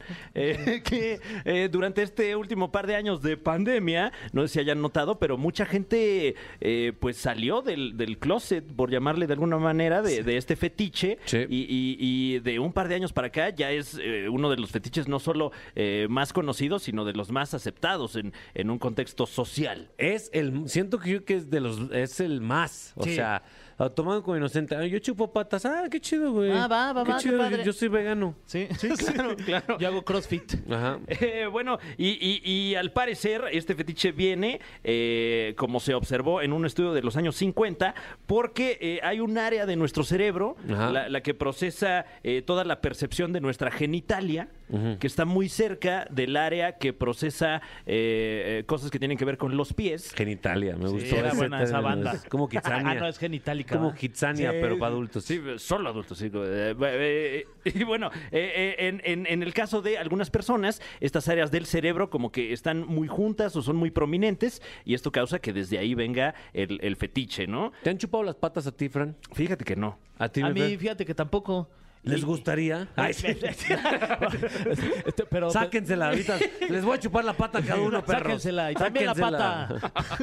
Durante este último par de años de pandemia, no sé si hayan notado, pero mucha gente pues salió del closet, por llamarle de alguna manera, de este fetiche. Sí. Y de un par de años para acá ya es uno de los fetiches no solo más conocidos, sino de los más aceptados en un contexto social. Siento que yo que es el más. O Sí. sea, tomando como inocente. Yo chupo patas. Qué chido, güey. Va, Qué qué chido. padre. Yo soy vegano. Sí, Claro. Yo hago CrossFit. Ajá. Bueno, y al parecer este fetiche viene, como se observó en un estudio de los años 50, porque hay un área de nuestro cerebro, Ajá. la que procesa toda la percepción de nuestra genitalia, que está muy cerca del área que procesa cosas que tienen que ver con los pies. Genitalia, me gustó. era ese buena esa término. banda. Es como Kitsania. No, es genitálica. Como ¿va? Kitsania, Sí, pero para adultos. Sí, solo adultos. Sí. Y bueno, en el caso de algunas personas, estas áreas del cerebro como que están muy juntas o son muy prominentes y esto causa que desde ahí venga el fetiche, ¿no? ¿Te han chupado las patas a ti, Fran? Fíjate que no. ¿A ti, A mi mí, Fer? fíjate que tampoco. ¿Les gustaría? Ay, sí. Pero Sáquensela ahorita. Les voy a chupar la pata a cada uno, perros. Sáquensela. Y también la Sáquensela. pata.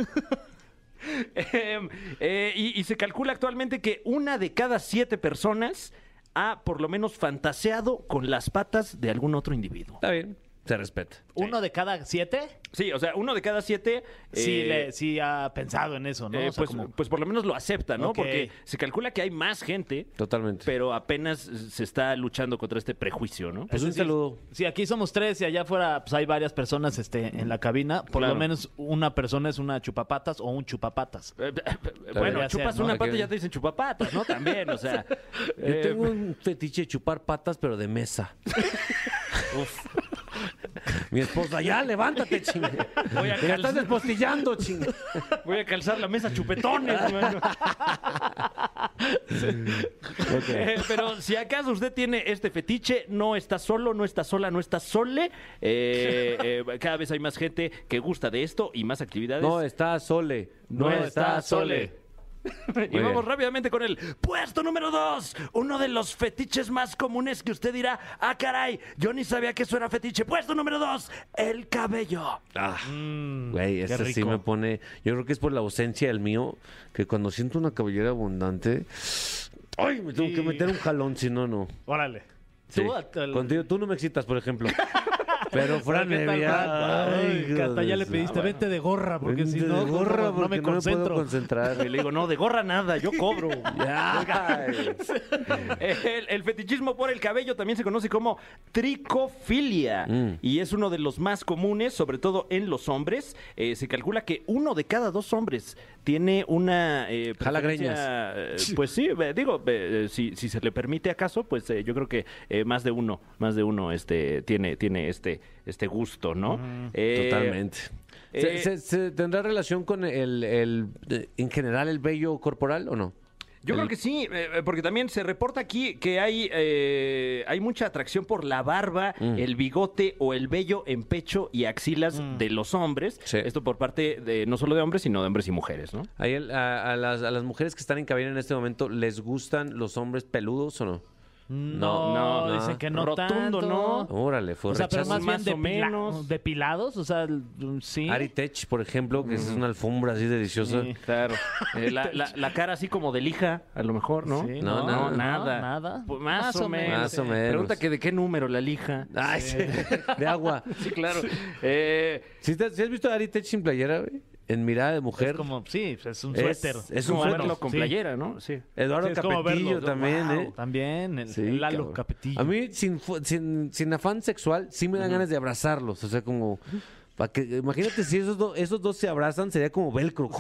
Y se calcula actualmente que 1 de cada 7 personas ha por lo menos fantaseado con las patas de algún otro individuo. Está bien. Se respeta. ¿1 de cada 7? Sí, o sea, 1 de cada 7... Sí ha pensado en eso, ¿no? O sea, pues, como- pues por lo menos lo acepta, ¿no? Ok. Porque se calcula que hay más gente, Totalmente. pero apenas se está luchando contra este prejuicio, ¿no? Pues un Sí, saludo. Sí, aquí somos 3 y allá afuera pues hay varias personas en la cabina. Por Claro. lo menos una persona es una chupapatas o un chupapatas. Bueno, Podría chupas ser, ¿no? una pata Que- y ya te dicen chupapatas, ¿no? También, o sea... Yo tengo un fetiche de chupar patas, pero de mesa. Mi esposa, ya, levántate, chingue. Voy a Me estás calzar- despostillando, chingue. Voy a calzar la mesa chupetones, mano. Pero si acaso usted tiene este fetiche, no está solo, no está sola, no está sole. Cada vez hay más gente que gusta de esto y más actividades. No está sole. No está sole. Y Muy vamos bien. rápidamente con el puesto número 2. Uno de los fetiches más comunes que usted dirá, caray, yo ni sabía que eso era fetiche. Puesto número 2, el cabello. Güey, ese sí rico. me pone. Yo creo que es por la ausencia del mío, que cuando siento una cabellera abundante. ¡Ay! Me tengo que meter un jalón, si no, no. Órale. Sí. Tú, Contigo, tú no me excitas, por ejemplo. Pero Fran ¿Qué tal, Evia, Fran? ay, Ay, que hasta ya le hijo de pediste, su- vente de gorra, porque si Vente no, de gorra, no porque me concentro. puedo concentrar. Y le digo, no, de gorra nada, yo cobro. Ya. El fetichismo por el cabello también se conoce como tricofilia y es uno de los más comunes, sobre todo en los hombres. Se calcula que 1 de cada 2 hombres tiene una Jalagreñas. preferencia, pues sí, digo, si se le permite acaso, pues yo creo que más de uno tiene este gusto, ¿no? Totalmente. eh, ¿Se tendrá relación con en general el vello corporal o no? Yo creo que sí, porque también se reporta aquí que hay mucha atracción por la barba, el bigote o el vello en pecho y axilas de los hombres. Sí. Esto por parte de no solo de hombres, sino de hombres y mujeres, ¿no? Ahí a las mujeres que están en cabina en este momento, ¿les gustan los hombres peludos o no? No, no. dicen que no Rotundo, tanto. no. Órale, fue O sea, pero rechazo. más bien más o menos. depilados, o sea, sí. Aritech, por ejemplo, que es una alfombra así deliciosa. Sí, claro. La cara así como de lija, a lo mejor, ¿no? Sí, No, nada. nada. Pues más o menos. Más o menos. Pregunta que de qué número la lija. Ay, sí, de agua. Sí, claro. ¿Sí has visto a Aritech sin playera, güey? En mirada de mujer. Es como, sí, es un Es- suéter. es Como un suéter. verlo con Sí. playera, ¿no? Sí. Eduardo Sí, es como Capetillo verlo. también, Wow, ¿eh? También, Sí, el Lalo cabrón. Capetillo. A mí, sin afán sexual, sí me dan ganas de abrazarlos. O sea, como... imagínate si esos dos se abrazan, sería como velcro.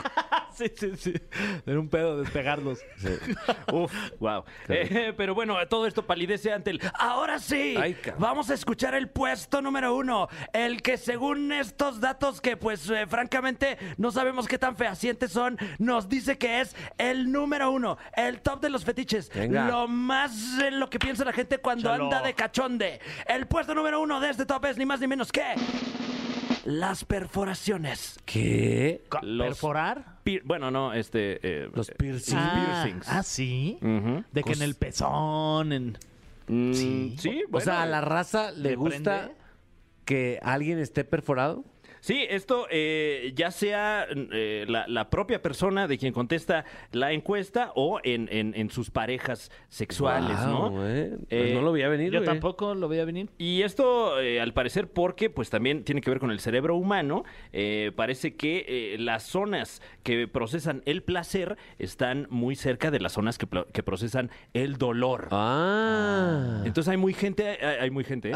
sí. Era un pedo despegarlos. Uf, wow. Pero bueno, todo esto palidece ante el... Ahora sí, Ay, cabrón. vamos a escuchar el puesto número 1. El que según estos datos que pues francamente no sabemos qué tan fehacientes son, nos dice que es el número 1, el top de los fetiches. Venga. Lo más en lo que piensa la gente cuando Échalo. anda de cachonde. El puesto número 1 de este top es ni más ni menos que... las perforaciones. ¿Qué? Los- ¿Perforar? Bueno, no, Los piercings. piercings. Sí. Ujú. De que en el pezón, Sí, O sea, a la raza le ¿le gusta prende? que alguien esté perforado. Sí, esto ya sea la propia persona de quien contesta la encuesta o en sus parejas sexuales, Wow, ¿no? Pues no lo veía venir, Yo güey. tampoco lo veía venir. Y esto, al parecer, porque pues también tiene que ver con el cerebro humano, parece que las zonas que procesan el placer están muy cerca de las zonas que procesan el dolor. Ah. Entonces hay muy gente, ¿eh?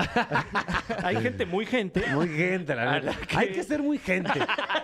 Hay gente muy gente. Muy gente, la A verdad. la que- Hay que ser muy gente.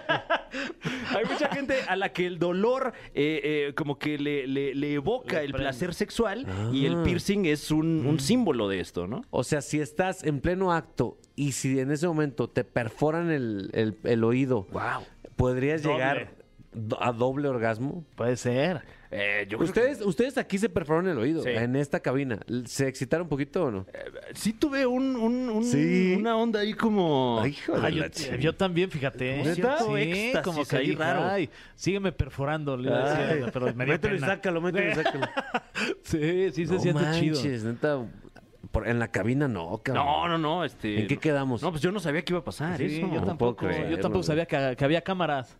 Hay mucha gente a la que el dolor como que le evoca el placer sexual y el piercing es un símbolo de esto, ¿no? O sea, si estás en pleno acto y si en ese momento te perforan el oído, Wow. ¿podrías Doble. llegar a doble orgasmo? Puede ser. Yo creo Ustedes aquí se perforaron el oído, Sí. en esta cabina. ¿Se excitaron un poquito o no? que sí tuve Sí. una onda ahí como... Ay, hijo de Ah, la chingada. yo también, fíjate. ¿Neta? Sí, Éxtasis como que ahí dije, raro. ay, sígueme perforando, le iba a decir, Ay, pero me dio mételo y pena. sácalo, mételo y sácalo. Sí, sí se No siente chido. manches, neta. En la cabina no, cabrón. No. ¿En qué quedamos? No, pues yo no sabía que iba a pasar Sí, eso. yo puedo tampoco, creerlo, yo tampoco sabía que había cámaras.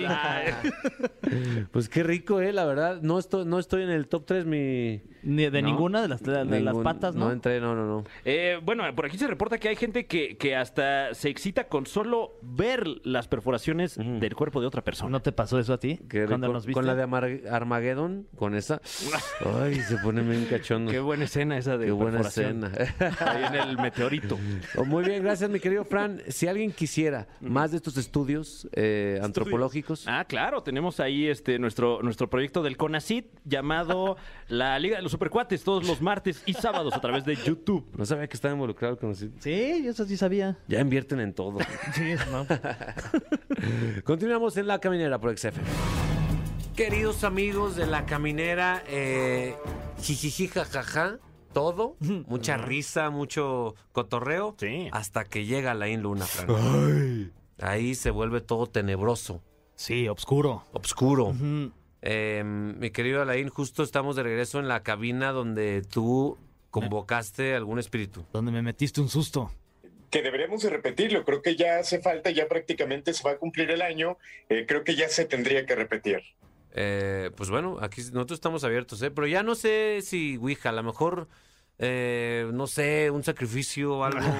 Pues qué rico, la verdad. No estoy en el top 3, Ni de ¿No? ninguna de las patas, ¿no? No entré, no. Bueno, por aquí se reporta que hay gente que hasta se excita con solo ver las perforaciones del cuerpo de otra persona. ¿No te pasó eso a ti? Qué Cuando rico. nos viste. Con la de Armageddon, con esa. Ay, se pone bien cachondo. Qué buena escena esa de Qué buena perforación. escena. Ahí en el meteorito. Oh, muy bien, gracias, mi querido Fran. Si alguien quisiera más de estos estudios antropológicos, Ah, claro, tenemos ahí nuestro proyecto del CONACYT llamado La Liga de los Supercuates todos los martes y sábados a través de YouTube. no sabía que estaba involucrado con así. Sí, yo eso sí sabía. Ya invierten en todo. Sí, no. Continuamos en La Caminera por XF. Queridos amigos de La Caminera, jijiji, jajaja, todo, mucha risa, mucho cotorreo, Sí. hasta que llega Alain Luna, Fran. Ahí se vuelve todo tenebroso, Sí, oscuro. obscuro. Mi querido Alain, justo estamos de regreso en la cabina donde tú convocaste algún espíritu. Donde me metiste un susto. Que deberíamos de repetirlo. Creo que ya hace falta, ya prácticamente se va a cumplir el año. Creo que ya se tendría que repetir. Pues bueno, aquí nosotros estamos abiertos, pero ya no sé si Ouija, a lo mejor, no sé, un sacrificio o algo.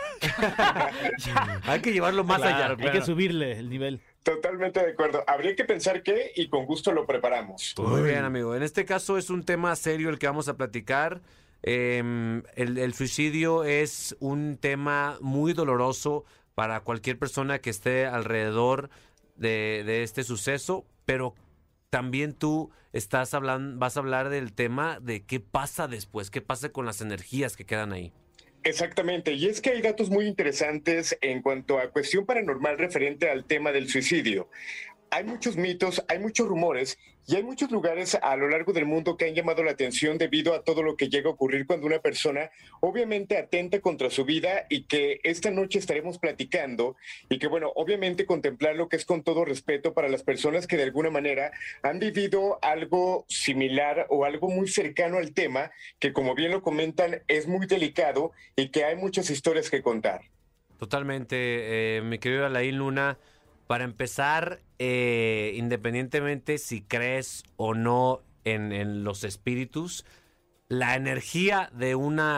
Hay que llevarlo más allá. Hay que subirle el nivel. Totalmente de acuerdo. Habría que pensar qué y con gusto lo preparamos. Muy bien, amigo. En este caso es un tema serio el que vamos a platicar. El suicidio es un tema muy doloroso para cualquier persona que esté alrededor de este suceso, pero también tú vas a hablar del tema de qué pasa después, qué pasa con las energías que quedan ahí. Exactamente, y es que hay datos muy interesantes en cuanto a cuestión paranormal referente al tema del suicidio. hay muchos mitos, hay muchos rumores y hay muchos lugares a lo largo del mundo que han llamado la atención debido a todo lo que llega a ocurrir cuando una persona obviamente atenta contra su vida, y que esta noche estaremos platicando, y que bueno, obviamente contemplar lo que es con todo respeto para las personas que de alguna manera han vivido algo similar o algo muy cercano al tema, que como bien lo comentan es muy delicado y que hay muchas historias que contar. Totalmente, mi querido Alain Luna. Para empezar, independientemente si crees o no en los espíritus, la energía de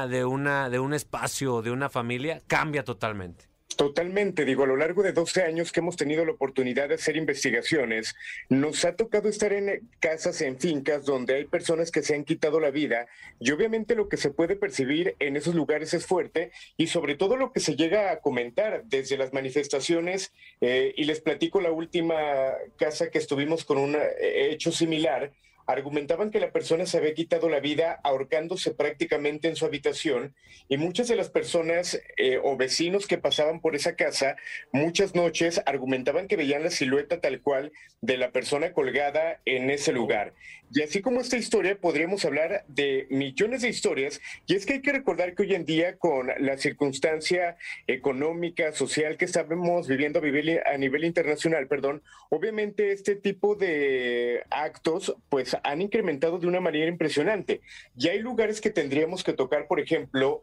un espacio, de una familia, cambia totalmente. Totalmente, digo, a lo largo de 12 años que hemos tenido la oportunidad de hacer investigaciones, nos ha tocado estar en casas, en fincas, donde hay personas que se han quitado la vida, y obviamente lo que se puede percibir en esos lugares es fuerte, y sobre todo lo que se llega a comentar desde las manifestaciones, y les platico la última casa que estuvimos con un hecho similar. Argumentaban que la persona se había quitado la vida ahorcándose prácticamente en su habitación, y muchas de las personas o vecinos que pasaban por esa casa muchas noches argumentaban que veían la silueta tal cual de la persona colgada en ese lugar. Y así como esta historia, podríamos hablar de millones de historias, y es que hay que recordar que hoy en día, con la circunstancia económica, social que estamos viviendo a nivel internacional, obviamente este tipo de actos pues han incrementado de una manera impresionante. Y hay lugares que tendríamos que tocar, por ejemplo,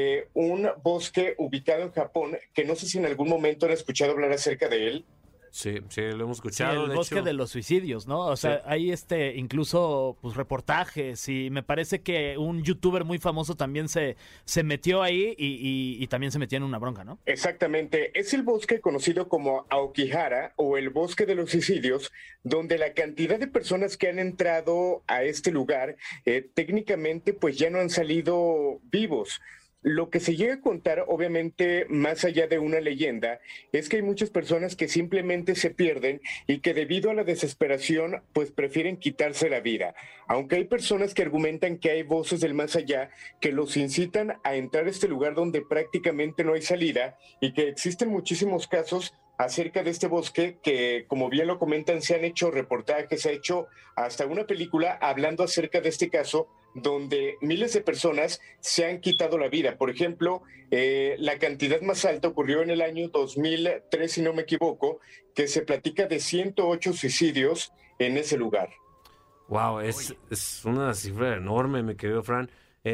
un bosque ubicado en Japón, que no sé si en algún momento han escuchado hablar acerca de él. Sí, lo hemos escuchado. Sí, el bosque de los suicidios, ¿no? O sea, hay incluso pues reportajes, y me parece que un youtuber muy famoso también se metió ahí y también se metió en una bronca, ¿no? Exactamente, es el bosque conocido como Aokigahara, o el bosque de los suicidios, donde la cantidad de personas que han entrado a este lugar técnicamente pues ya no han salido vivos. Lo que se llega a contar, obviamente, más allá de una leyenda, es que hay muchas personas que simplemente se pierden y que debido a la desesperación, pues prefieren quitarse la vida. Aunque hay personas que argumentan que hay voces del más allá que los incitan a entrar a este lugar donde prácticamente no hay salida, y que existen muchísimos casos acerca de este bosque que, como bien lo comentan, se han hecho reportajes, se ha hecho hasta una película hablando acerca de este caso, donde miles de personas se han quitado la vida. Por ejemplo, la cantidad más alta ocurrió en el año 2003, si no me equivoco, que se platica de 108 suicidios en ese lugar. Wow, es una cifra enorme, mi querido Fran,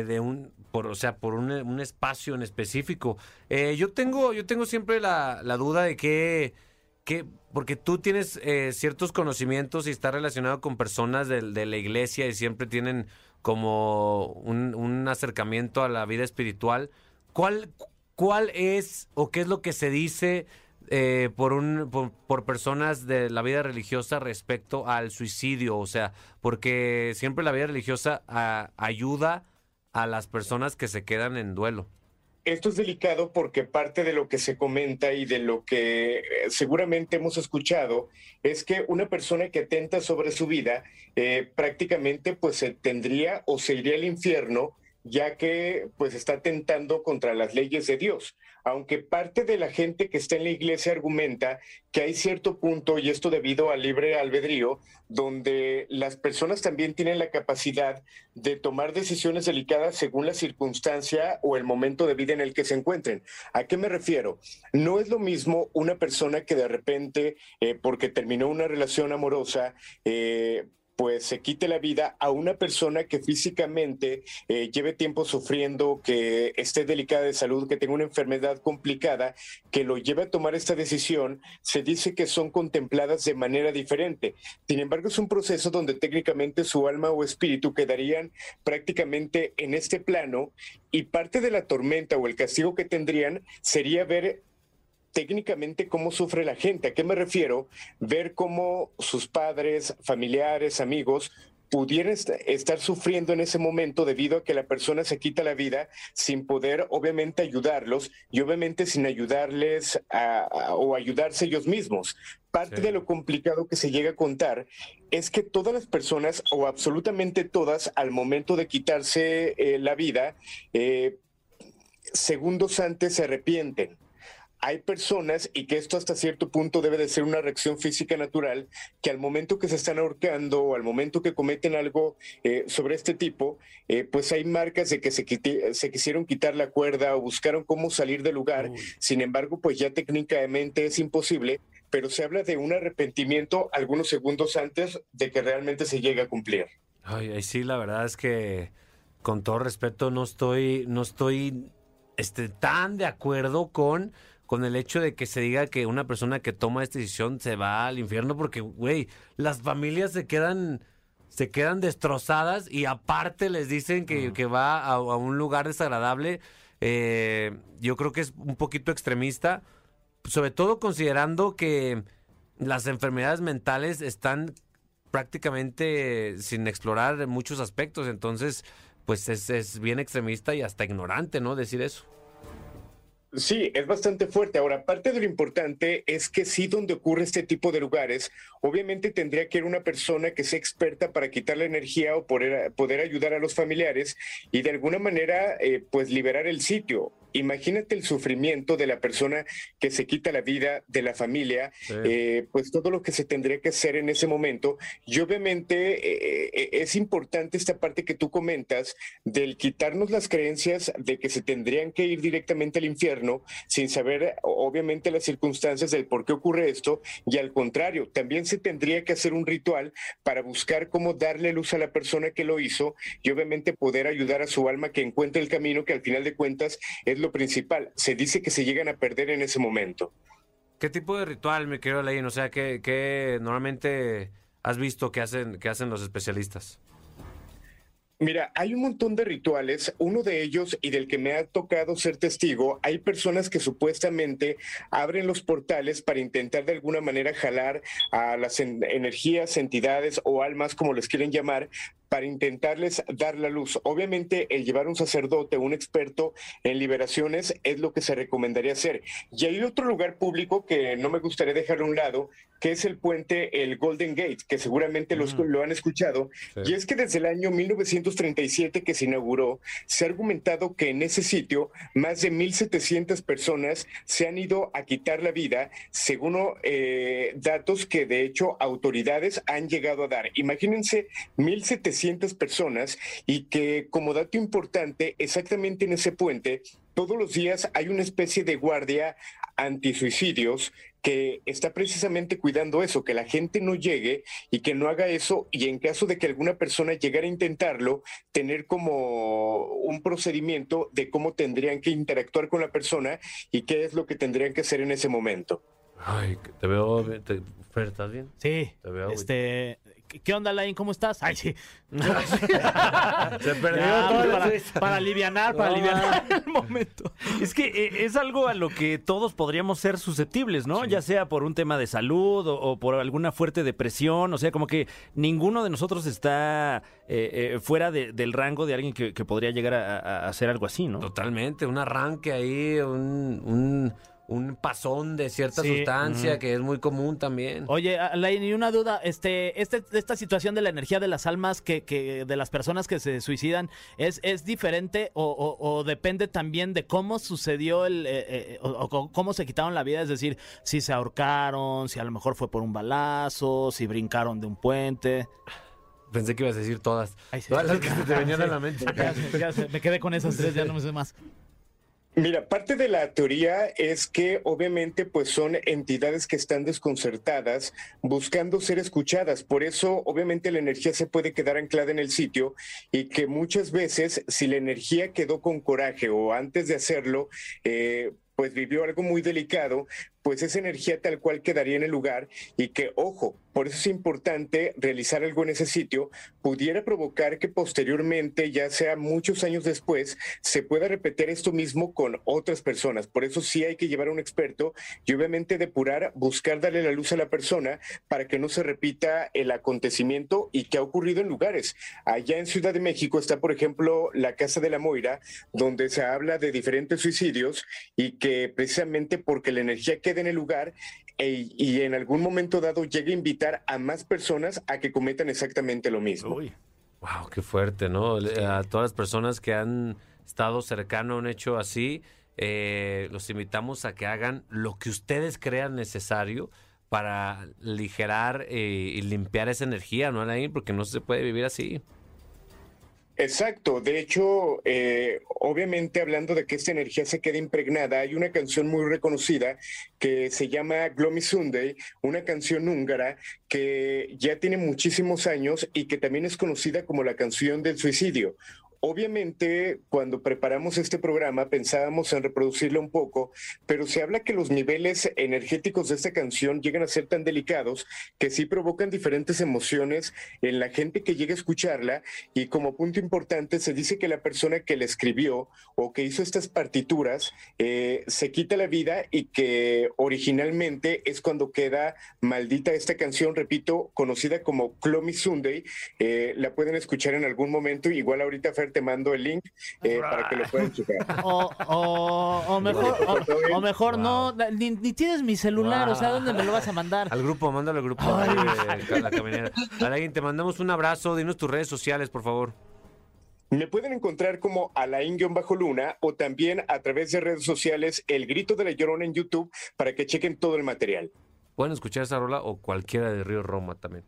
por un espacio en específico. Yo tengo siempre la duda de que porque tú tienes ciertos conocimientos y estás relacionado con personas de la iglesia, y siempre tienen como un acercamiento a la vida espiritual. ¿Cuál es o qué es lo que se dice por personas de la vida religiosa respecto al suicidio? O sea, porque siempre la vida religiosa ayuda a las personas que se quedan en duelo. Esto es delicado porque parte de lo que se comenta y de lo que seguramente hemos escuchado es que una persona que atenta sobre su vida prácticamente pues se tendría o se iría al infierno, ya que pues está atentando contra las leyes de Dios. Aunque parte de la gente que está en la iglesia argumenta que hay cierto punto, y esto debido al libre albedrío, donde las personas también tienen la capacidad de tomar decisiones delicadas según la circunstancia o el momento de vida en el que se encuentren. ¿A qué me refiero? No es lo mismo una persona que de repente, porque terminó una relación amorosa, pues se quite la vida, a una persona que físicamente lleve tiempo sufriendo, que esté delicada de salud, que tenga una enfermedad complicada, que lo lleve a tomar esta decisión. Se dice que son contempladas de manera diferente. Sin embargo, es un proceso donde técnicamente su alma o espíritu quedarían prácticamente en este plano, y parte de la tormenta o el castigo que tendrían sería ver técnicamente cómo sufre la gente. ¿A qué me refiero? Ver cómo sus padres, familiares, amigos pudieran estar sufriendo en ese momento debido a que la persona se quita la vida sin poder obviamente ayudarlos, y obviamente sin ayudarles o ayudarse ellos mismos. Parte de lo complicado que se llega a contar es que todas las personas, o absolutamente todas, al momento de quitarse la vida, segundos antes se arrepienten. hay personas, y que esto hasta cierto punto debe de ser una reacción física natural, que al momento que se están ahorcando o al momento que cometen algo sobre este tipo, pues hay marcas de que se quisieron quitar la cuerda o buscaron cómo salir del lugar. Sin embargo, pues ya técnicamente es imposible, pero se habla de un arrepentimiento algunos segundos antes de que realmente se llegue a cumplir. Ay, sí, la verdad es que, con todo respeto, no estoy tan de acuerdo con el hecho de que se diga que una persona que toma esta decisión se va al infierno, porque, güey, las familias se quedan destrozadas y aparte les dicen que va a un lugar desagradable. Yo creo que es un poquito extremista, sobre todo considerando que las enfermedades mentales están prácticamente sin explorar en muchos aspectos. Entonces, pues es bien extremista y hasta ignorante, ¿no?, decir eso. Sí, es bastante fuerte. Ahora, parte de lo importante es que sí, donde ocurre este tipo de lugares, obviamente tendría que ir una persona que sea experta para quitar la energía o poder ayudar a los familiares y de alguna manera, pues liberar el sitio. Imagínate el sufrimiento de la persona que se quita la vida, de la familia, pues todo lo que se tendría que hacer en ese momento. Y obviamente es importante esta parte que tú comentas del quitarnos las creencias de que se tendrían que ir directamente al infierno sin saber obviamente las circunstancias del por qué ocurre esto, y al contrario, también se tendría que hacer un ritual para buscar cómo darle luz a la persona que lo hizo y obviamente poder ayudar a su alma que encuentre el camino, que al final de cuentas es lo principal. Se dice que se llegan a perder en ese momento. ¿Qué tipo de ritual, mi querido Laín? O sea, ¿qué normalmente has visto que hacen los especialistas? Mira, hay un montón de rituales. Uno de ellos, y del que me ha tocado ser testigo, hay personas que supuestamente abren los portales para intentar de alguna manera jalar a las energías, entidades o almas, como les quieren llamar, para intentarles dar la luz. Obviamente, el llevar un sacerdote, un experto en liberaciones, es lo que se recomendaría hacer. Y hay otro lugar público que no me gustaría dejar a un lado, que es el puente, el Golden Gate, que seguramente lo han escuchado. Sí. Y es que desde el año 1937 que se inauguró, se ha argumentado que en ese sitio más de 1,700 personas se han ido a quitar la vida, según datos que de hecho autoridades han llegado a dar. Imagínense 1,700 personas, y que, como dato importante, exactamente en ese puente todos los días hay una especie de guardia antisuicidios que está precisamente cuidando eso, que la gente no llegue y que no haga eso, y en caso de que alguna persona llegara a intentarlo, tener como un procedimiento de cómo tendrían que interactuar con la persona y qué es lo que tendrían que hacer en ese momento. Ay, te veo, Fer, ¿estás bien? Sí. Te veo, ¿qué onda, Laín? ¿Cómo estás? Ay, sí. Se perdió para alivianar el momento. Es que es algo a lo que todos podríamos ser susceptibles, ¿no? Sí. Ya sea por un tema de salud o por alguna fuerte depresión. O sea, como que ninguno de nosotros está fuera del rango de alguien que podría llegar a hacer algo así, ¿no? Totalmente. Un arranque ahí, un pasón de cierta sustancia que es muy común también. Oye, Laín, y una duda, esta situación de la energía de las almas que de las personas que se suicidan, ¿es diferente o depende también de cómo sucedió o cómo se quitaron la vida? Es decir, si se ahorcaron, si a lo mejor fue por un balazo, si brincaron de un puente. Pensé que ibas a decir todas. Ay, sí, todas las que se te venían a la mente. Ya me quedé con esas tres, ya no me sé más. Mira, parte de la teoría es que obviamente pues son entidades que están desconcertadas buscando ser escuchadas. Por eso obviamente la energía se puede quedar anclada en el sitio, y que muchas veces si la energía quedó con coraje o antes de hacerlo pues vivió algo muy delicado, pues esa energía tal cual quedaría en el lugar, y que, ojo, por eso es importante realizar algo en ese sitio, pudiera provocar que posteriormente, ya sea muchos años después, se pueda repetir esto mismo con otras personas. Por eso sí hay que llevar a un experto y obviamente depurar, buscar darle la luz a la persona para que no se repita el acontecimiento y que ha ocurrido en lugares. Allá en Ciudad de México está, por ejemplo, la Casa de la Moira, donde se habla de diferentes suicidios, y que precisamente porque la energía queda en el lugar y en algún momento dado llega a invitar a más personas a que cometan exactamente lo mismo. Uy. Wow, qué fuerte, ¿no? A todas las personas que han estado cercano a un hecho así, los invitamos a que hagan lo que ustedes crean necesario para aligerar y limpiar esa energía, ¿no, Alain? Porque no se puede vivir así. Exacto, de hecho, obviamente hablando de que esta energía se quede impregnada, hay una canción muy reconocida que se llama Gloomy Sunday, una canción húngara que ya tiene muchísimos años y que también es conocida como la canción del suicidio. Obviamente, cuando preparamos este programa pensábamos en reproducirlo un poco, pero se habla que los niveles energéticos de esta canción llegan a ser tan delicados que sí provocan diferentes emociones en la gente que llega a escucharla, y como punto importante se dice que la persona que la escribió o que hizo estas partituras se quita la vida, y que originalmente es cuando queda maldita esta canción, repito, conocida como Gloomy Sunday. La pueden escuchar en algún momento, igual ahorita Fer te mando el link para que lo puedan checar. O mejor no, ni tienes mi celular, o sea, ¿dónde me lo vas a mandar? Al grupo, mándalo al grupo. La caminera. Alain, te mandamos un abrazo, dinos tus redes sociales, por favor. Me pueden encontrar como Alain-Luna o también a través de redes sociales El Grito de la Llorona en YouTube para que chequen todo el material. Pueden escuchar esa rola o cualquiera de Río Roma también.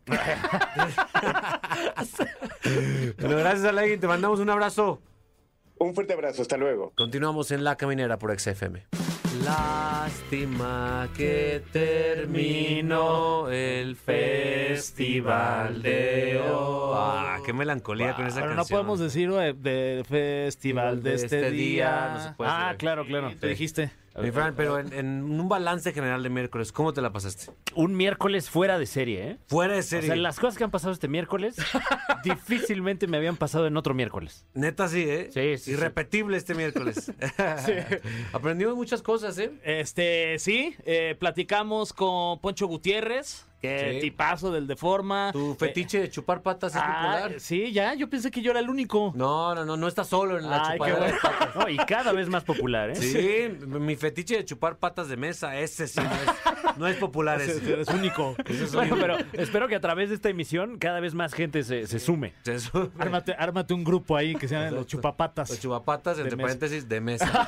Bueno, gracias, Alain. Te mandamos un abrazo. Un fuerte abrazo. Hasta luego. Continuamos en La Caminera por XFM. Lástima que terminó el festival de hoy. Ah, qué melancolía con esa Pero canción. no podemos decir de festival de este día. No se puede decir. Claro. Sí. Te dijiste. Mi Fran, pero en un balance general de miércoles, ¿cómo te la pasaste? Un miércoles fuera de serie, ¿eh? Fuera de serie. O sea, las cosas que han pasado este miércoles difícilmente me habían pasado en otro miércoles. Neta sí, ¿eh? Sí. Irrepetible este miércoles. Aprendimos muchas cosas, ¿eh? Sí, platicamos con Poncho Gutiérrez, que Sí. tipazo del Deforma. Tu fetiche de chupar patas es popular. Sí, yo pensé que yo era el único. No estás solo en la Ay, chupadera qué de patas. No, y cada vez más popular, ¿eh? Sí, mi fetiche de chupar patas de mesa, ese sí no es popular. Ese. Eres único. Ese es Bueno, un- pero espero que a través de esta emisión cada vez más gente se sume. Eso. Ármate un grupo ahí que se llama Los Chupapatas. Los chupapatas, entre mesa. paréntesis, de mesa.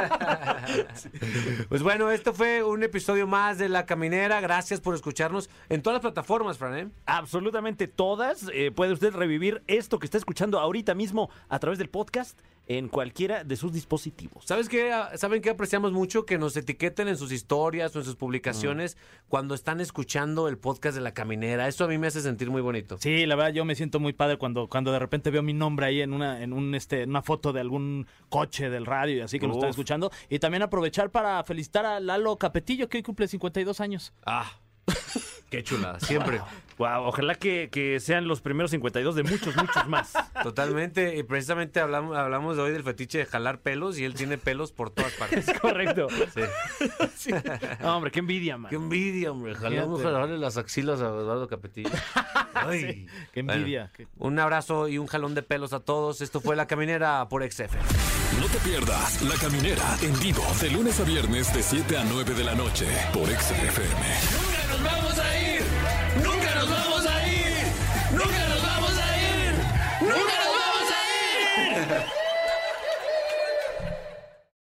Pues bueno, esto fue un episodio más de La Caminera. Gracias por escucharnos en todas las plataformas, Fran, ¿eh? Absolutamente todas. Puede usted revivir esto que está escuchando ahorita mismo a través del podcast en cualquiera de sus dispositivos. ¿Sabes qué? ¿Saben qué apreciamos mucho? Que nos etiqueten en sus historias o en sus publicaciones cuando están escuchando el podcast de La Caminera. Eso a mí me hace sentir muy bonito. Sí, la verdad yo me siento muy padre cuando de repente veo mi nombre ahí en una foto de algún coche del radio y así que lo están escuchando. Y también aprovechar para felicitar a Lalo Capetillo, que hoy cumple 52 años. Ah, qué chulada, siempre. Wow, ojalá que sean los primeros 52 de muchos más. Totalmente, y precisamente hablamos de hoy del fetiche de jalar pelos y él tiene pelos por todas partes. Correcto. Sí. No, hombre, qué envidia, man. Qué envidia, hombre. Jalarle las axilas a Eduardo Capetillo. Ay. Qué envidia. Bueno, un abrazo y un jalón de pelos a todos. Esto fue La Caminera por XFM. No te pierdas La Caminera en vivo de lunes a viernes de 7 a 9 de la noche por XFM. ¡Nunca nos vamos a ir!